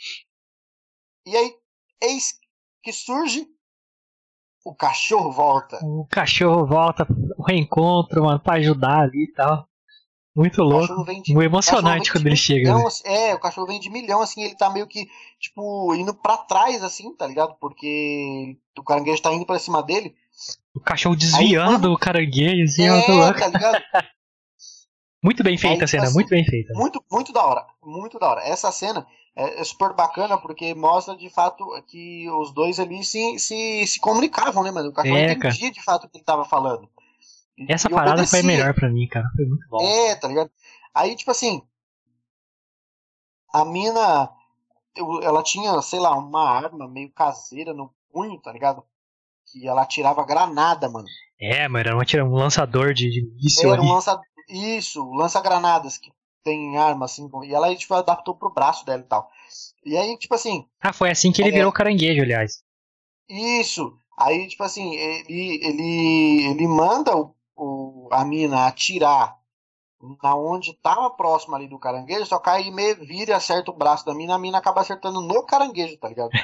E aí, eis que surge, o cachorro volta. O cachorro volta, o reencontro, mano, pra ajudar ali e tal. Muito louco, muito emocionante quando ele chega. O cachorro vem de milhão, assim, ele tá meio que, tipo, indo pra trás, assim, tá ligado? Porque o caranguejo tá indo pra cima dele. O cachorro desviando do caranguejo, assim, muito louco. Tá ligado? Muito bem feita a cena, assim, muito bem feita. Muito da hora, muito da hora. Essa cena é super bacana porque mostra de fato que os dois ali se comunicavam, né, mano? O cachorro entendia de fato o que ele tava falando. Essa parada obedecia. Foi melhor pra mim, cara. Foi muito bom. Tá ligado? Aí, tipo assim, a mina, ela tinha, sei lá, uma arma meio caseira no punho, tá ligado? Que ela atirava granada, mano. Mas era um lançador de míssil ali. Isso, lança-granadas que tem arma, assim. E ela, tipo, adaptou pro braço dela e tal. E aí, tipo assim... foi assim que ele virou caranguejo, aliás. Isso. Aí, tipo assim, ele manda a mina atirar na onde tava próximo ali do caranguejo, só que aí meio vira e acerta o braço da mina, a mina acaba acertando no caranguejo, tá ligado?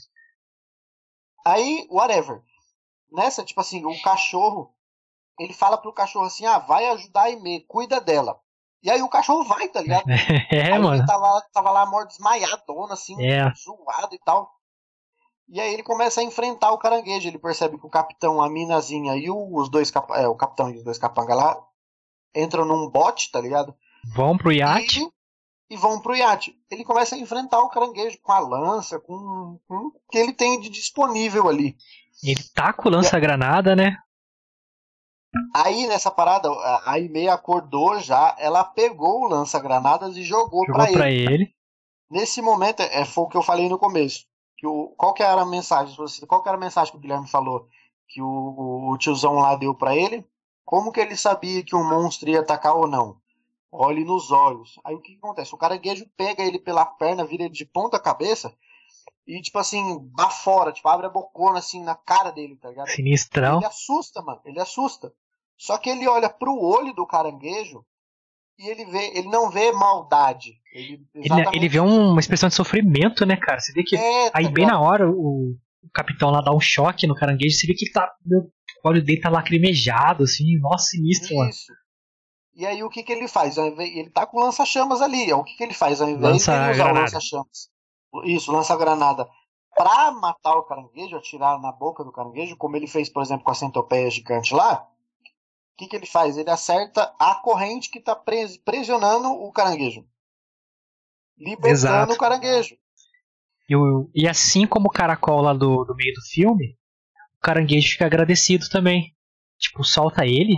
Aí, whatever. Nessa, tipo assim, o cachorro, ele fala pro cachorro assim, vai ajudar a Aimee, cuida dela. E aí o cachorro vai, tá ligado? Aí mano. Ele tava lá morto, desmaiadona, assim, zoado e tal. E aí ele começa a enfrentar o caranguejo. Ele percebe que o capitão, a minazinha e o capitão e os dois capangas lá entram num bote, tá ligado? Vão pro iate. E vão pro iate. Ele começa a enfrentar o caranguejo com a lança, com o que ele tem de disponível ali. Ele tá com o lança-granada, né? Aí nessa parada, a Aimee acordou já, ela pegou o lança-granadas e jogou pra ele. Nesse momento, foi o que eu falei no começo. Qual que era a mensagem? Qual que era a mensagem que o Guilherme falou? Que o tiozão lá deu pra ele? Como que ele sabia que um monstro ia atacar ou não? Olhe nos olhos. Aí o que acontece? O caranguejo pega ele pela perna, vira ele de ponta cabeça e, tipo assim, dá fora, tipo, abre a bocona assim na cara dele, tá ligado? Sinistrão. Ele assusta, mano. Ele assusta. Só que ele olha pro olho do caranguejo e ele não vê maldade. Ele vê uma expressão de sofrimento, né, cara? Você vê que aí bem na hora o capitão lá dá um choque no caranguejo, você vê que o olho dele tá lacrimejado, assim, nossa, sinistro, mano. Isso. E aí o que ele faz? Ele tá com lança-chamas ali. O que ele faz? Ao invés de ele usar o lança-chamas, isso, lança-granada, pra matar o caranguejo, atirar na boca do caranguejo, como ele fez, por exemplo, com a centopeia gigante lá, o que ele faz? Ele acerta a corrente que tá pressionando o caranguejo. Libertando o caranguejo. E assim como o caracol lá do meio do filme, o caranguejo fica agradecido também. Tipo, solta ele.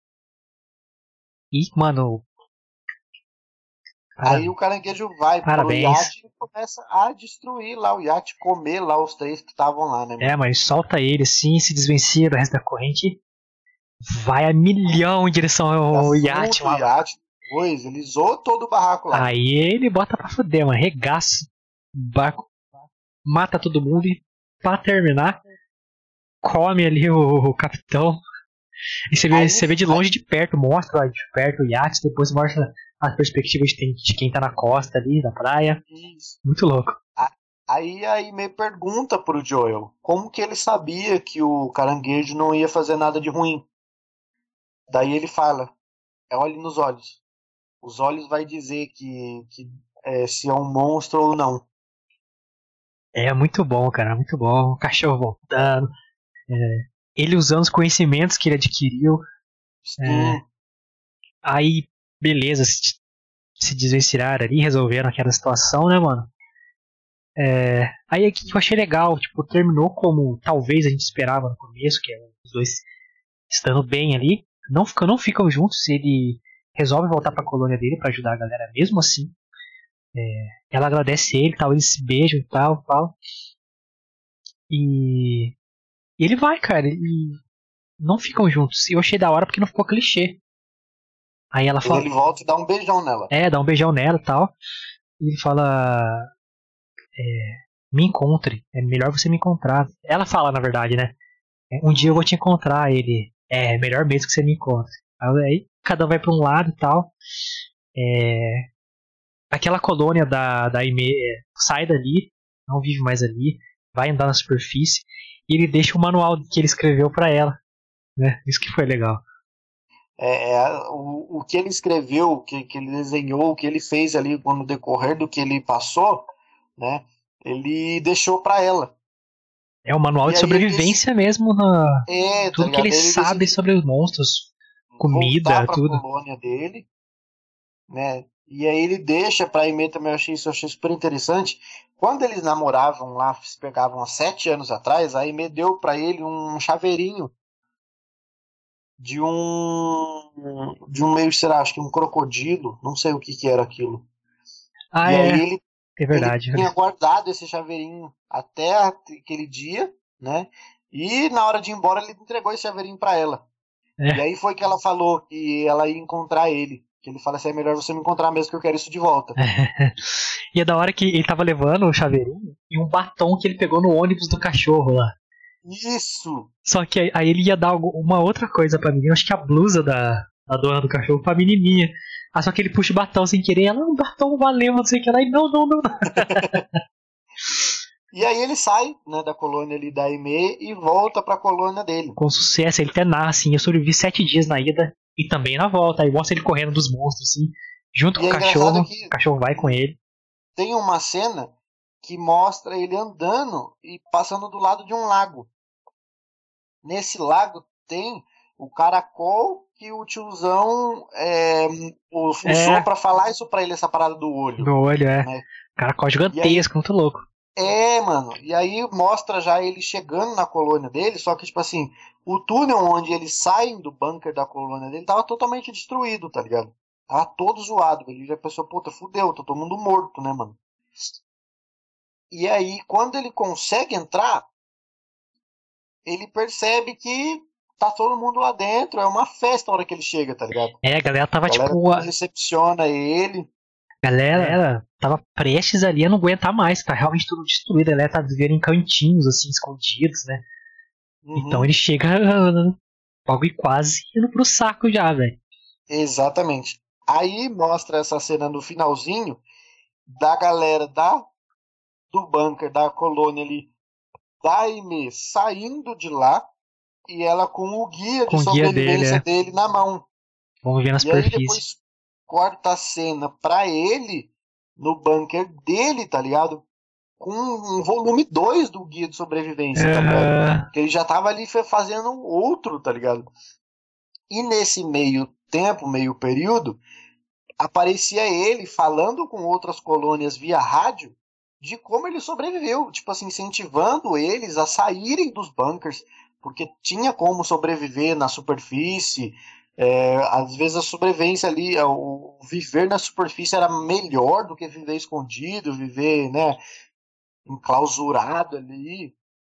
E, mano. Aí o caranguejo vai pro iate e começa a destruir lá o iate, comer lá os 3 que estavam lá, né? Mano? Mas solta ele assim, se desvencilha do resto da corrente. Vai a milhão em direção ao iate. Pois, ele zoou todo o barraco lá. Aí ele bota pra fuder, mano. Regaça o barco. Mata todo mundo e, pra terminar, come ali o capitão. E você vê de longe, de perto, mostra lá de perto o iate, depois mostra a perspectiva de quem tá na costa ali, na praia. Isso. Muito louco. Aí me pergunta pro Joel como que ele sabia que o caranguejo não ia fazer nada de ruim. Daí ele fala, olhe nos olhos. Os olhos vai dizer que se é um monstro ou não. É muito bom, cara, muito bom. O cachorro voltando. Ele usando os conhecimentos que ele adquiriu. Aí, beleza, se desvencilharam ali, resolveram aquela situação, né, mano? Aí aqui que eu achei legal, tipo, terminou como talvez a gente esperava no começo, que é os dois estando bem ali. Não ficam juntos, ele resolve voltar pra colônia dele pra ajudar a galera mesmo assim. Ela agradece ele, tal, eles se beijam e tal. E ele vai, cara, e não ficam juntos. E eu achei da hora porque não ficou clichê. Aí ela fala. Ele volta e dá um beijão nela. Dá um beijão nela e tal. E ele fala. Me encontre. É melhor você me encontrar. Ela fala, na verdade, né? Um dia eu vou te encontrar. Ele. É melhor mesmo que você me encontre. Aí cada um vai pra um lado e tal. Aquela colônia da Aimee sai dali. Não vive mais ali. Vai andar na superfície. E ele deixa o manual que ele escreveu pra ela. Né? Isso que foi legal. O que ele escreveu, o que ele desenhou, o que ele fez ali no decorrer do que ele passou, né? Ele deixou pra ela. É o manual de sobrevivência mesmo. Tudo que ele sabe sobre os monstros. Comida, pra tudo. Colônia dele, né? E aí ele deixa pra Aimee também, eu achei super interessante. Quando eles namoravam lá, se pegavam há 7 anos atrás, a Aimee deu pra ele um chaveirinho de um meio, sei lá, acho que um crocodilo, não sei o que era aquilo. E aí ele tinha guardado esse chaveirinho até aquele dia, né? E na hora de ir embora ele entregou esse chaveirinho pra ela. E aí foi que ela falou que ela ia encontrar ele. Que ele fala assim, é melhor você me encontrar mesmo que eu quero isso de volta. E é da hora que ele tava levando o chaveirinho e um batom que ele pegou no ônibus do cachorro lá. Isso! Só que aí ele ia dar uma outra coisa pra mim. Eu acho que a blusa da dona do cachorro pra menininha. Só que ele puxa o batom sem querer. Ela, o batom valeu, não sei o que lá. E não. E aí ele sai, né, da colônia ali da Aimee e volta pra colônia dele. Com sucesso, ele até narra assim, eu sobrevivi 7 dias na ida e também na volta. Aí mostra ele correndo dos monstros, assim, junto com o cachorro. O cachorro vai com ele. Tem uma cena que mostra ele andando e passando do lado de um lago. Nesse lago tem o caracol que o tiozão usou pra falar isso pra ele, essa parada do olho. Do olho, né? Caracol gigantesco, muito louco. Mano. E aí mostra já ele chegando na colônia dele, só que, tipo assim, o túnel onde eles saem do bunker da colônia dele tava totalmente destruído, tá ligado? Tava todo zoado. Ele já pensou, puta, fudeu, tá todo mundo morto, né, mano? E aí, quando ele consegue entrar, ele percebe que tá todo mundo lá dentro. É uma festa a hora que ele chega, tá ligado? A galera tava A galera tipo. recepciona ele. A galera tava prestes ali a não aguentar mais, tá realmente tudo destruído. A galera tá vivendo em cantinhos, assim, escondidos, né? Então ele chega. Logo e quase indo pro saco já, velho. Exatamente. Aí mostra essa cena no finalzinho da galera do bunker, da colônia ali, da Aimee saindo de lá e ela com o guia de sobrevivência dele na mão. Vamos ver na superfície. Aí depois corta a cena pra ele no bunker dele, tá ligado? Com um volume 2 do guia de sobrevivência, tá ligado? Porque ele já tava ali fazendo outro, tá ligado? E nesse meio tempo, meio período, aparecia ele falando com outras colônias via rádio de como ele sobreviveu, tipo assim, incentivando eles a saírem dos bunkers, porque tinha como sobreviver na superfície. Às vezes a sobrevivência ali, o viver na superfície era melhor do que viver escondido, viver, né, enclausurado ali.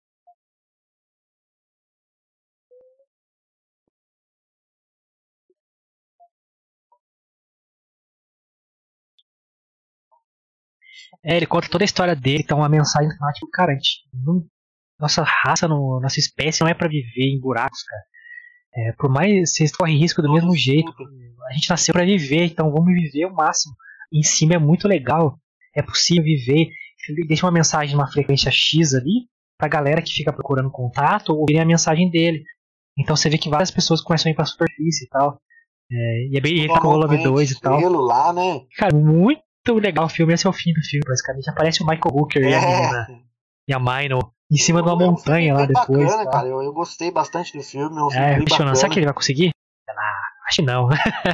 Ele conta toda a história dele, então uma mensagem tipo, cara, a gente nossa raça, nossa espécie não é pra viver em buracos, cara. Por mais vocês correm risco do mesmo jeito, a gente nasceu pra viver, então vamos viver o máximo. Em cima é muito legal, é possível viver. Ele deixa uma mensagem numa frequência X ali, pra galera que fica procurando contato, ouvirem a mensagem dele. Então você vê que várias pessoas começam a ir pra superfície e tal. E é bem, ele tá com o volume 2 e tal. Lá, né? Cara, muito legal o filme, esse é o fim do filme, basicamente. Aparece o Michael Hooker e a menina, e a Minor, em cima de uma montanha lá depois. Bacana, cara. Eu gostei bastante do filme. Impressionante. Será que ele vai conseguir? Acho que não.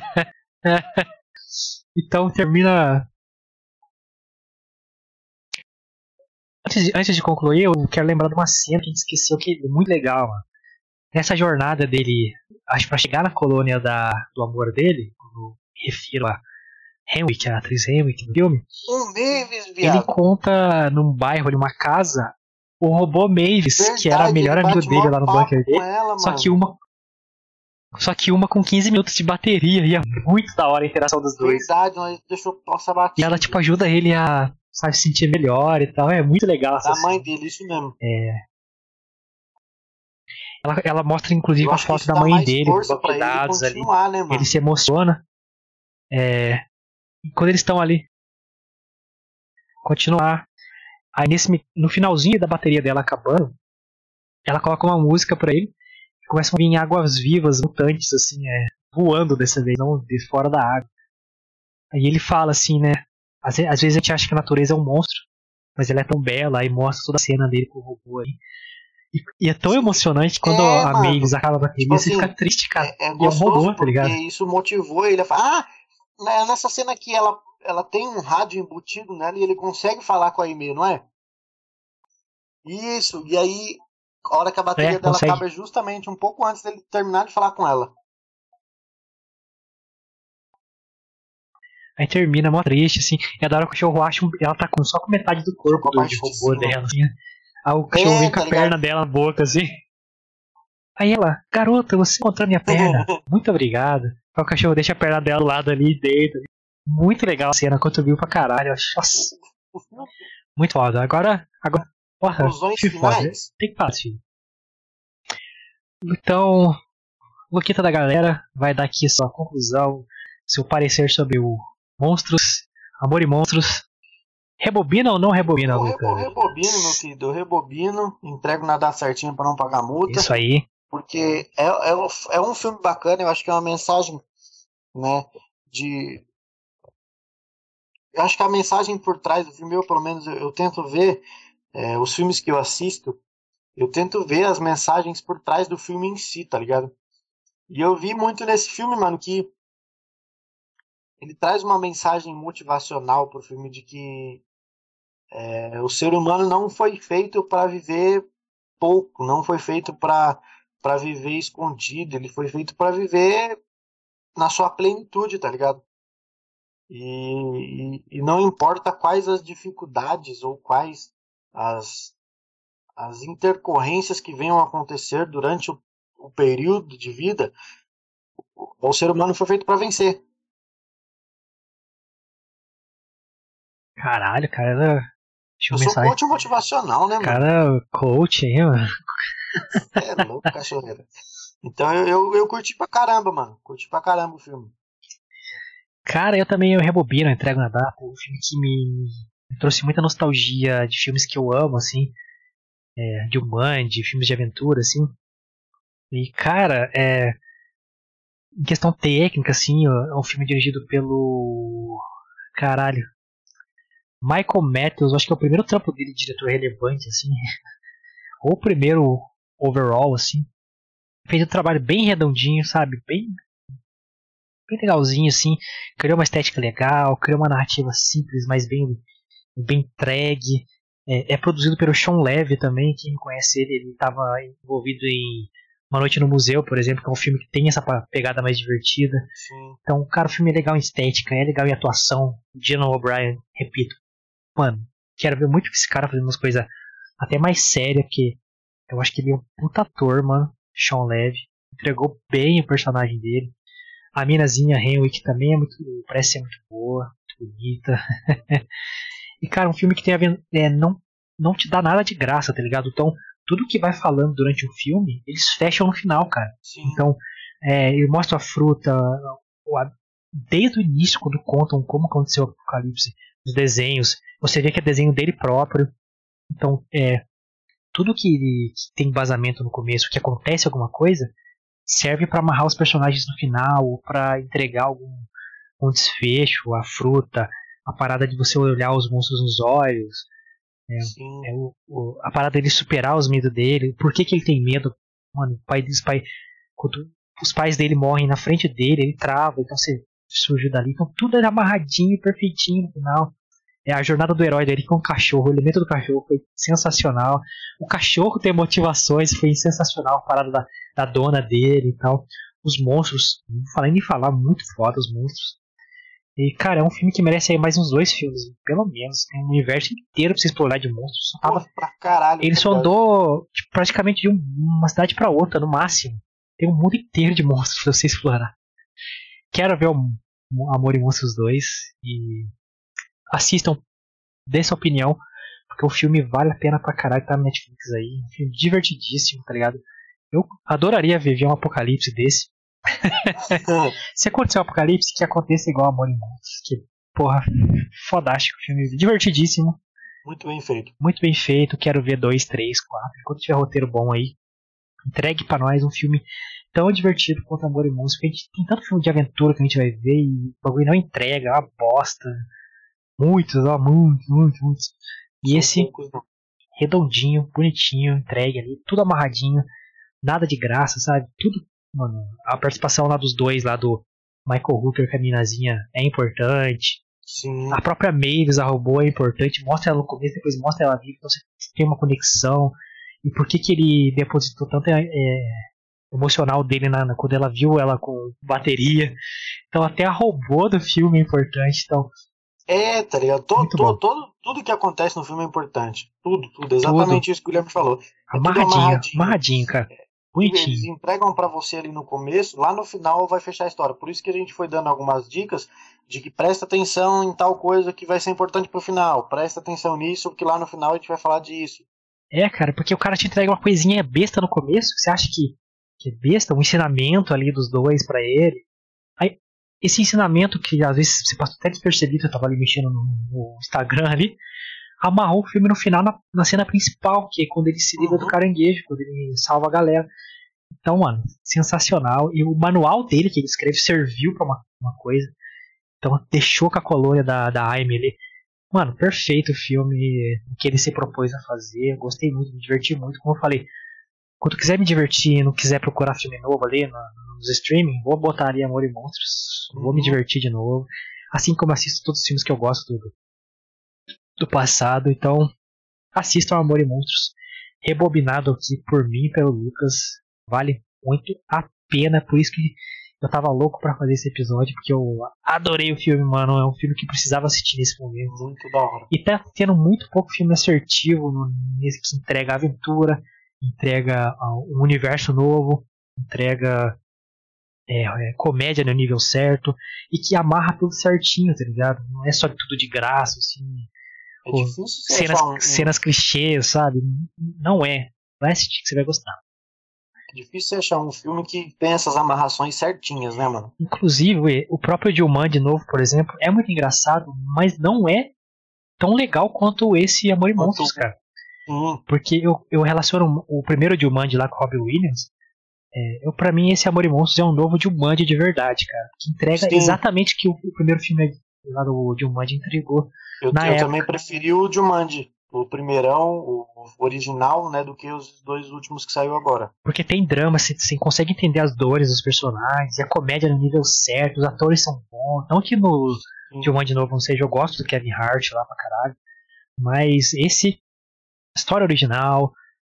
Então termina. Antes de concluir, eu quero lembrar de uma cena que a gente esqueceu que é muito legal, mano. Nessa jornada dele, acho que pra chegar na colônia do amor dele, quando refiro a Henwick, a atriz Henwick no filme, ele encontra num bairro ali uma casa o robô Mavis, que era o melhor amigo dele lá no bunker dele, só que uma com 15 minutos de bateria, e é muito da hora a interação dos dois. Verdade, mas deixou passar batido. E ela tipo ajuda ele a se sentir melhor e tal, é muito legal essa cena. A mãe dele, isso mesmo. Ela mostra inclusive a foto da mãe dele, dos banco de dados ali. Né, ele se emociona. E quando eles estão ali, continuar. Aí no finalzinho da bateria dela acabando, ela coloca uma música pra ele. E começam a vir águas vivas, mutantes, assim, voando dessa vez, não de fora da água. Aí ele fala assim, né? Às vezes a gente acha que a natureza é um monstro, mas ela é tão bela, aí mostra toda a cena dele com o robô aí. E é tão emocionante quando a Mavis acaba a bateria, tipo você fica triste, cara. É gostoso, e é um robô, tá ligado? Porque isso motivou ele a falar, nessa cena aqui ela tem um rádio embutido nela e ele consegue falar com a Aimee, não é? Isso, e aí a hora que a bateria dela acaba é justamente um pouco antes dele terminar de falar com ela. Aí termina mó triste, assim, e a da hora que o cachorro acha, ela tá só com metade do corpo do robô dela, assim. Aí o cachorro vem com a perna dela na boca, assim. Aí ela, garota, você encontrou minha perna, muito obrigado. Aí o cachorro deixa a perna dela do lado ali e deita. Muito legal a cena, quanto viu pra caralho. Nossa. Muito foda. Agora porra, finais. Tem que parar, filho. Então, Luquita da galera vai dar aqui sua conclusão, seu parecer sobre o Monstros, Amor e Monstros. Rebobina ou não rebobina, Lucas? Eu rebobino, meu querido. Eu rebobino, entrego na data certinha pra não pagar multa. Isso aí. Porque é um filme bacana, eu acho que é uma mensagem, né, eu acho que a mensagem por trás do filme, eu pelo menos eu tento ver, os filmes que eu assisto, eu tento ver as mensagens por trás do filme em si, tá ligado? E eu vi muito nesse filme, mano, que ele traz uma mensagem motivacional pro filme de que O ser humano não foi feito para viver pouco, não foi feito para viver escondido, ele foi feito para viver na sua plenitude, tá ligado? E não importa quais as dificuldades ou quais as, as intercorrências que venham a acontecer durante o período de vida, o ser humano foi feito para vencer. Caralho, cara. Eu sou coach motivacional, né, mano? Cara, coach aí, mano. É louco, cachorreira. Então eu curti pra caramba, mano. Curti pra caramba o filme. Cara, eu também rebobino, entrego na data. Um filme que me trouxe muita nostalgia de filmes que eu amo, assim. De humano, de filmes de aventura, assim. E, cara, em questão técnica, assim, é um filme dirigido pelo... Caralho. Michael Matthews, acho que é o primeiro trampo dele de diretor relevante, assim. Ou o primeiro overall, assim. Fez um trabalho bem redondinho, sabe? Bem legalzinho, assim. Criou uma estética legal, criou uma narrativa simples, mas bem entregue. É produzido pelo Shawn Levy também. Quem conhece ele estava envolvido em Uma Noite no Museu, por exemplo, que é um filme que tem essa pegada mais divertida. Sim. Então, cara, o filme é legal em estética, é legal em atuação. Dylan O'Brien, repito, mano, quero ver muito esse cara fazendo umas coisas até mais sérias, porque eu acho que ele é um puta ator, mano. Shawn Levy entregou bem o personagem dele. A minazinha Henwick também parece ser muito boa, muito bonita. E, cara, um filme que tem não te dá nada de graça, tá ligado? Então, tudo que vai falando durante o filme, eles fecham no final, cara. Sim. Então, ele mostra a fruta, desde o início, quando contam como aconteceu o apocalipse, os desenhos, você vê que é desenho dele próprio. Então, tudo que tem embasamento no começo, que acontece alguma coisa, serve para amarrar os personagens no final, ou para entregar algum desfecho, a fruta, a parada de você olhar os monstros nos olhos, a parada dele superar os medos dele, por que ele tem medo, mano, quando os pais dele morrem na frente dele, ele trava, então você surgiu dali, então tudo era amarradinho, perfeitinho no final. A jornada do herói dele com o cachorro, o elemento do cachorro foi sensacional. O cachorro tem motivações, foi sensacional. A parada da dona dele e tal. Os monstros, não falei nem falar, muito foda os monstros. E, cara, é um filme que merece aí mais uns 2 filmes, pelo menos. Tem um universo inteiro pra você explorar de monstros. Pra caralho, ele só andou praticamente de uma cidade pra outra, no máximo. Tem um mundo inteiro de monstros pra você explorar. Quero ver o Amor e Monstros 2 e assistam, dê sua opinião, porque o filme vale a pena pra caralho, tá na Netflix aí, um filme divertidíssimo, tá ligado? Eu adoraria viver um apocalipse desse. Se acontecer um apocalipse, que aconteça igual Amor e Monstros, que, porra, fodástico, filme divertidíssimo. Muito bem feito. Muito bem feito, quero ver 2, 3, 4, enquanto tiver roteiro bom aí, entregue pra nós um filme tão divertido quanto Amor e Monstros, porque a gente tem tanto filme de aventura que a gente vai ver e o bagulho não entrega, é uma bosta. Muitos. E esse redondinho, bonitinho, entregue ali, tudo amarradinho, nada de graça, sabe? Tudo, mano. A participação lá dos dois, lá do Michael Hooker com a minazinha é importante. Sim. A própria Mavis, a robô, é importante. Mostra ela no começo, depois mostra ela viva, então você tem uma conexão. E por que ele depositou tanto emocional dele quando ela viu ela com bateria. Então até a robô do filme é importante. Então, tá ligado? Tudo que acontece no filme é importante. Tudo. Exatamente isso que o Guilherme falou. Amarradinho, cara. Bonitinho. Eles entregam pra você ali no começo, lá no final vai fechar a história. Por isso que a gente foi dando algumas dicas de que presta atenção em tal coisa que vai ser importante pro final. Presta atenção nisso, porque lá no final a gente vai falar disso. Cara, porque o cara te entrega uma coisinha besta no começo, você acha que é besta, um ensinamento ali dos dois pra ele. Aí, esse ensinamento que às vezes você passa até despercebido, eu tava ali mexendo no Instagram ali, amarrou o filme no final na cena principal, que é quando ele se livra do caranguejo, quando ele salva a galera. Então, mano, sensacional. E o manual dele que ele escreve serviu pra uma coisa. Então deixou com a colônia da Amy ali. Mano, perfeito o filme que ele se propôs a fazer. Gostei muito, me diverti muito. Como eu falei, quando quiser me divertir e não quiser procurar filme novo ali nos streaming, vou botar ali Amor e Monstros. Vou me divertir de novo. Assim como assisto todos os filmes que eu gosto do passado. Então, assistam Amor e Monstros, rebobinado aqui por mim e pelo Lucas. Vale muito a pena, por isso que eu tava louco pra fazer esse episódio, porque eu adorei o filme, mano. É um filme que precisava assistir nesse momento. Muito da hora. E tá tendo muito pouco filme assertivo nesse que entrega aventura, entrega um universo novo, entrega comédia no nível certo, e que amarra tudo certinho, tá ligado? Não é só tudo de graça, assim. É difícil cenas clichês, sabe? Não é. Vai assistir que você vai gostar. É difícil achar um filme que tem essas amarrações certinhas, né, mano? Inclusive, o próprio Jumanji novo, por exemplo, é muito engraçado, mas não é tão legal quanto esse Amor e Monstros, cara. Porque eu relaciono o primeiro Jumanji lá com o Robin Williams. Pra mim, esse Amor e Monstros é um novo Jumanji de verdade, cara. Que entrega exatamente o que o primeiro filme lá do Jumanji entregou. Eu também preferi o Jumanji, o primeirão, o original, né, do que os dois últimos que saiu agora. Porque tem drama, você consegue entender as dores dos personagens, e a comédia no nível certo, os atores são bons. Não que no Jumanji novo não seja, eu gosto do Kevin Hart lá pra caralho. Mas esse, história original,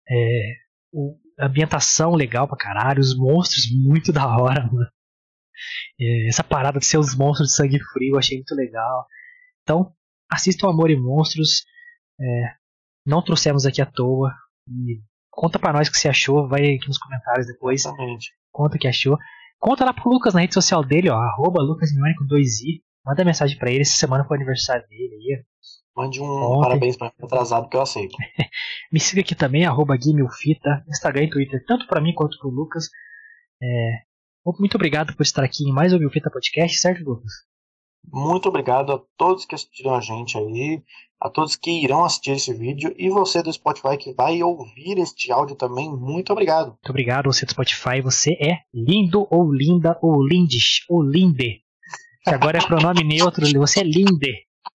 a ambientação legal pra caralho, os monstros muito da hora, mano. Essa parada de ser os monstros de sangue frio eu achei muito legal. Então, assistam Amor e Monstros. Não trouxemos aqui à toa. E conta pra nós o que você achou. Vai aqui nos comentários depois. Exatamente. Conta o que achou. Conta lá pro Lucas na rede social dele, ó. @LucasMione com 2i. Manda mensagem pra ele. Essa semana foi o aniversário dele aí. Mande um parabéns pra mim atrasado que eu aceito. Me siga aqui também, @GameUfita, Instagram e Twitter, tanto pra mim quanto pro Lucas. Muito obrigado por estar aqui em mais um Milfita Podcast, certo, Lucas? Muito obrigado a todos que assistiram a gente aí, a todos que irão assistir esse vídeo, e você do Spotify que vai ouvir este áudio também, muito obrigado. Muito obrigado, você do Spotify, você é lindo ou linda ou lindish ou linde, que agora é pronome neutro, você é linde.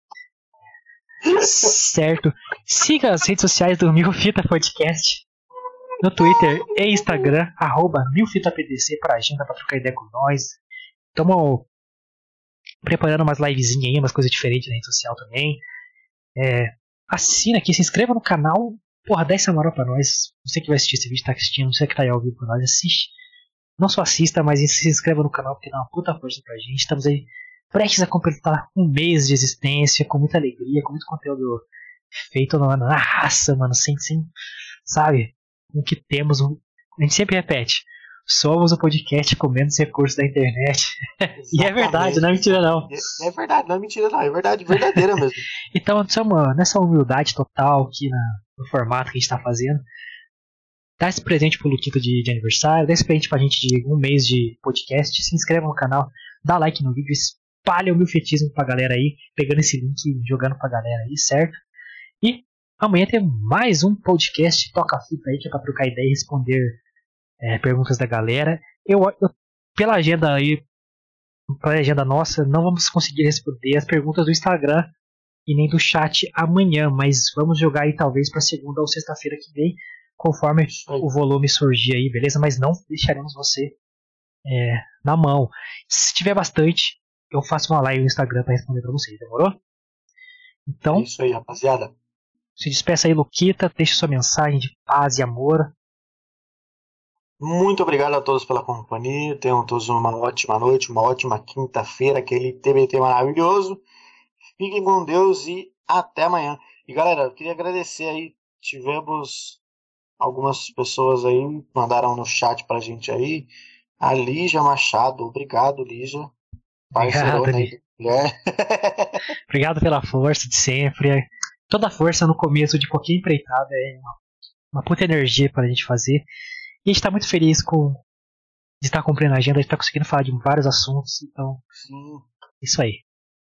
Certo. Siga as redes sociais do Milfita Podcast no Twitter e Instagram, @MilfitaPDC pra agenda, pra trocar ideia com nós. Estamos preparando umas livezinhas aí, umas coisas diferentes na rede social também. Assina aqui, se inscreva no canal. Porra, dá essa moral pra nós. Você que vai assistir esse vídeo, tá assistindo, você que tá aí ao vivo com nós, assiste. Não só assista, mas se inscreva no canal, porque dá uma puta força pra gente. Estamos aí prestes a completar um mês de existência, com muita alegria, com muito conteúdo feito na raça, mano, sem sabe, o que temos, a gente sempre repete, somos o podcast com menos recursos da internet. E é verdade, não é mentira não. É verdade, não é mentira não, é verdade, verdadeira mesmo. Então, nessa humildade total aqui no formato que a gente tá fazendo, dá esse presente pro Luquito de aniversário, dá esse presente pra gente de um mês de podcast, se inscreva no canal, dá like no vídeo, espalha o milfetismo pra galera aí, pegando esse link e jogando pra galera aí, certo? E amanhã tem mais um podcast Toca Fita aí, que é pra trocar ideia e responder perguntas da galera. Eu, pela agenda aí, pela agenda nossa, não vamos conseguir responder as perguntas do Instagram e nem do chat amanhã, mas vamos jogar aí talvez pra segunda ou sexta-feira que vem, conforme o volume surgir aí, beleza? Mas não deixaremos você na mão. Se tiver bastante, eu faço uma live no Instagram pra responder pra vocês, demorou? Então, é isso aí, rapaziada. Se despeça aí, Luquita, deixe sua mensagem de paz e amor. Muito obrigado a todos pela companhia. Tenham todos uma ótima noite, uma ótima quinta-feira, aquele TBT maravilhoso. Fiquem com Deus e até amanhã. E galera, eu queria agradecer aí. Tivemos algumas pessoas aí, mandaram no chat pra gente aí. A Lígia Machado, obrigado, Lígia. Parceirona aí. Obrigado pela força de sempre. Toda a força no começo de qualquer empreitada é uma puta energia pra gente fazer. E a gente tá muito feliz de estar cumprindo a agenda, a gente tá conseguindo falar de vários assuntos, então. Sim. Isso aí.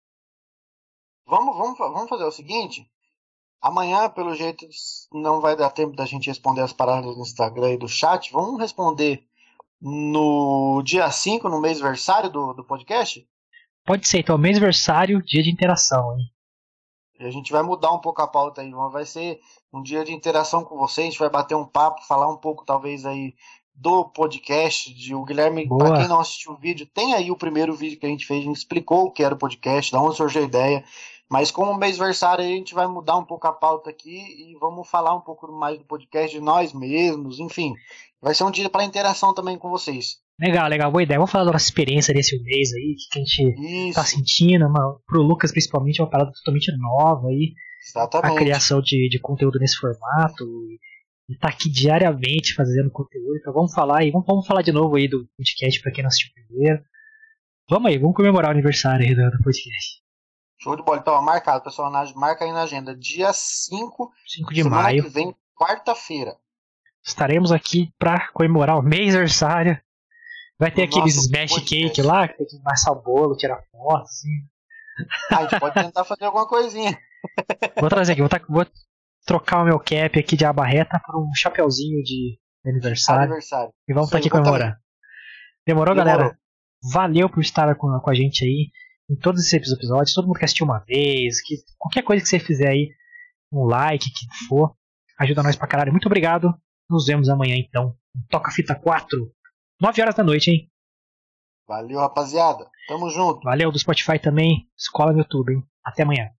Vamos fazer o seguinte. Amanhã, pelo jeito, não vai dar tempo da gente responder as paradas do Instagram e do chat. Vamos responder no dia 5, no mêsversário do podcast? Pode ser, então, mêsversário, dia de interação, hein? E a gente vai mudar um pouco a pauta aí. Vai ser um dia de interação com vocês. A gente vai bater um papo, falar um pouco, talvez, aí do podcast. O Guilherme, para quem não assistiu o vídeo, tem aí o primeiro vídeo que a gente fez. A gente explicou o que era o podcast, da onde surgiu a ideia. Mas como mêsversário, a gente vai mudar um pouco a pauta aqui e vamos falar um pouco mais do podcast de nós mesmos, enfim. Vai ser um dia para interação também com vocês. Legal, boa ideia. Vamos falar da nossa experiência desse mês aí, o que a gente tá sentindo. Pro Lucas, principalmente, é uma parada totalmente nova aí. Exatamente. A criação de conteúdo nesse formato. E tá aqui diariamente fazendo conteúdo. Então vamos falar aí, vamos falar de novo aí do podcast pra quem não assistiu primeiro. Vamos aí, vamos comemorar o aniversário aí do podcast. Show de bola. Então, marcado, pessoal. Marca aí na agenda. Dia 5 de maio. Que vem, quarta-feira. Estaremos aqui pra comemorar o mêsversário. Vai ter aqueles smash cake lá, que tem que amassar o bolo, tirar foto, assim. A gente pode tentar fazer alguma coisinha. Vou trazer aqui, vou trocar o meu cap aqui de aba reta por um chapeuzinho de aniversário. E vamos estar aqui comemorar. Demorou, galera? Valeu por estar com a gente aí em todos esses episódios. Todo mundo que assistiu uma vez, qualquer coisa que você fizer aí, um like, que for, ajuda nós pra caralho. Muito obrigado. Nos vemos amanhã então. Toca Fita 4. 9 horas da noite, hein? Valeu, rapaziada. Tamo junto. Valeu, do Spotify também. Escola no YouTube, hein? Até amanhã.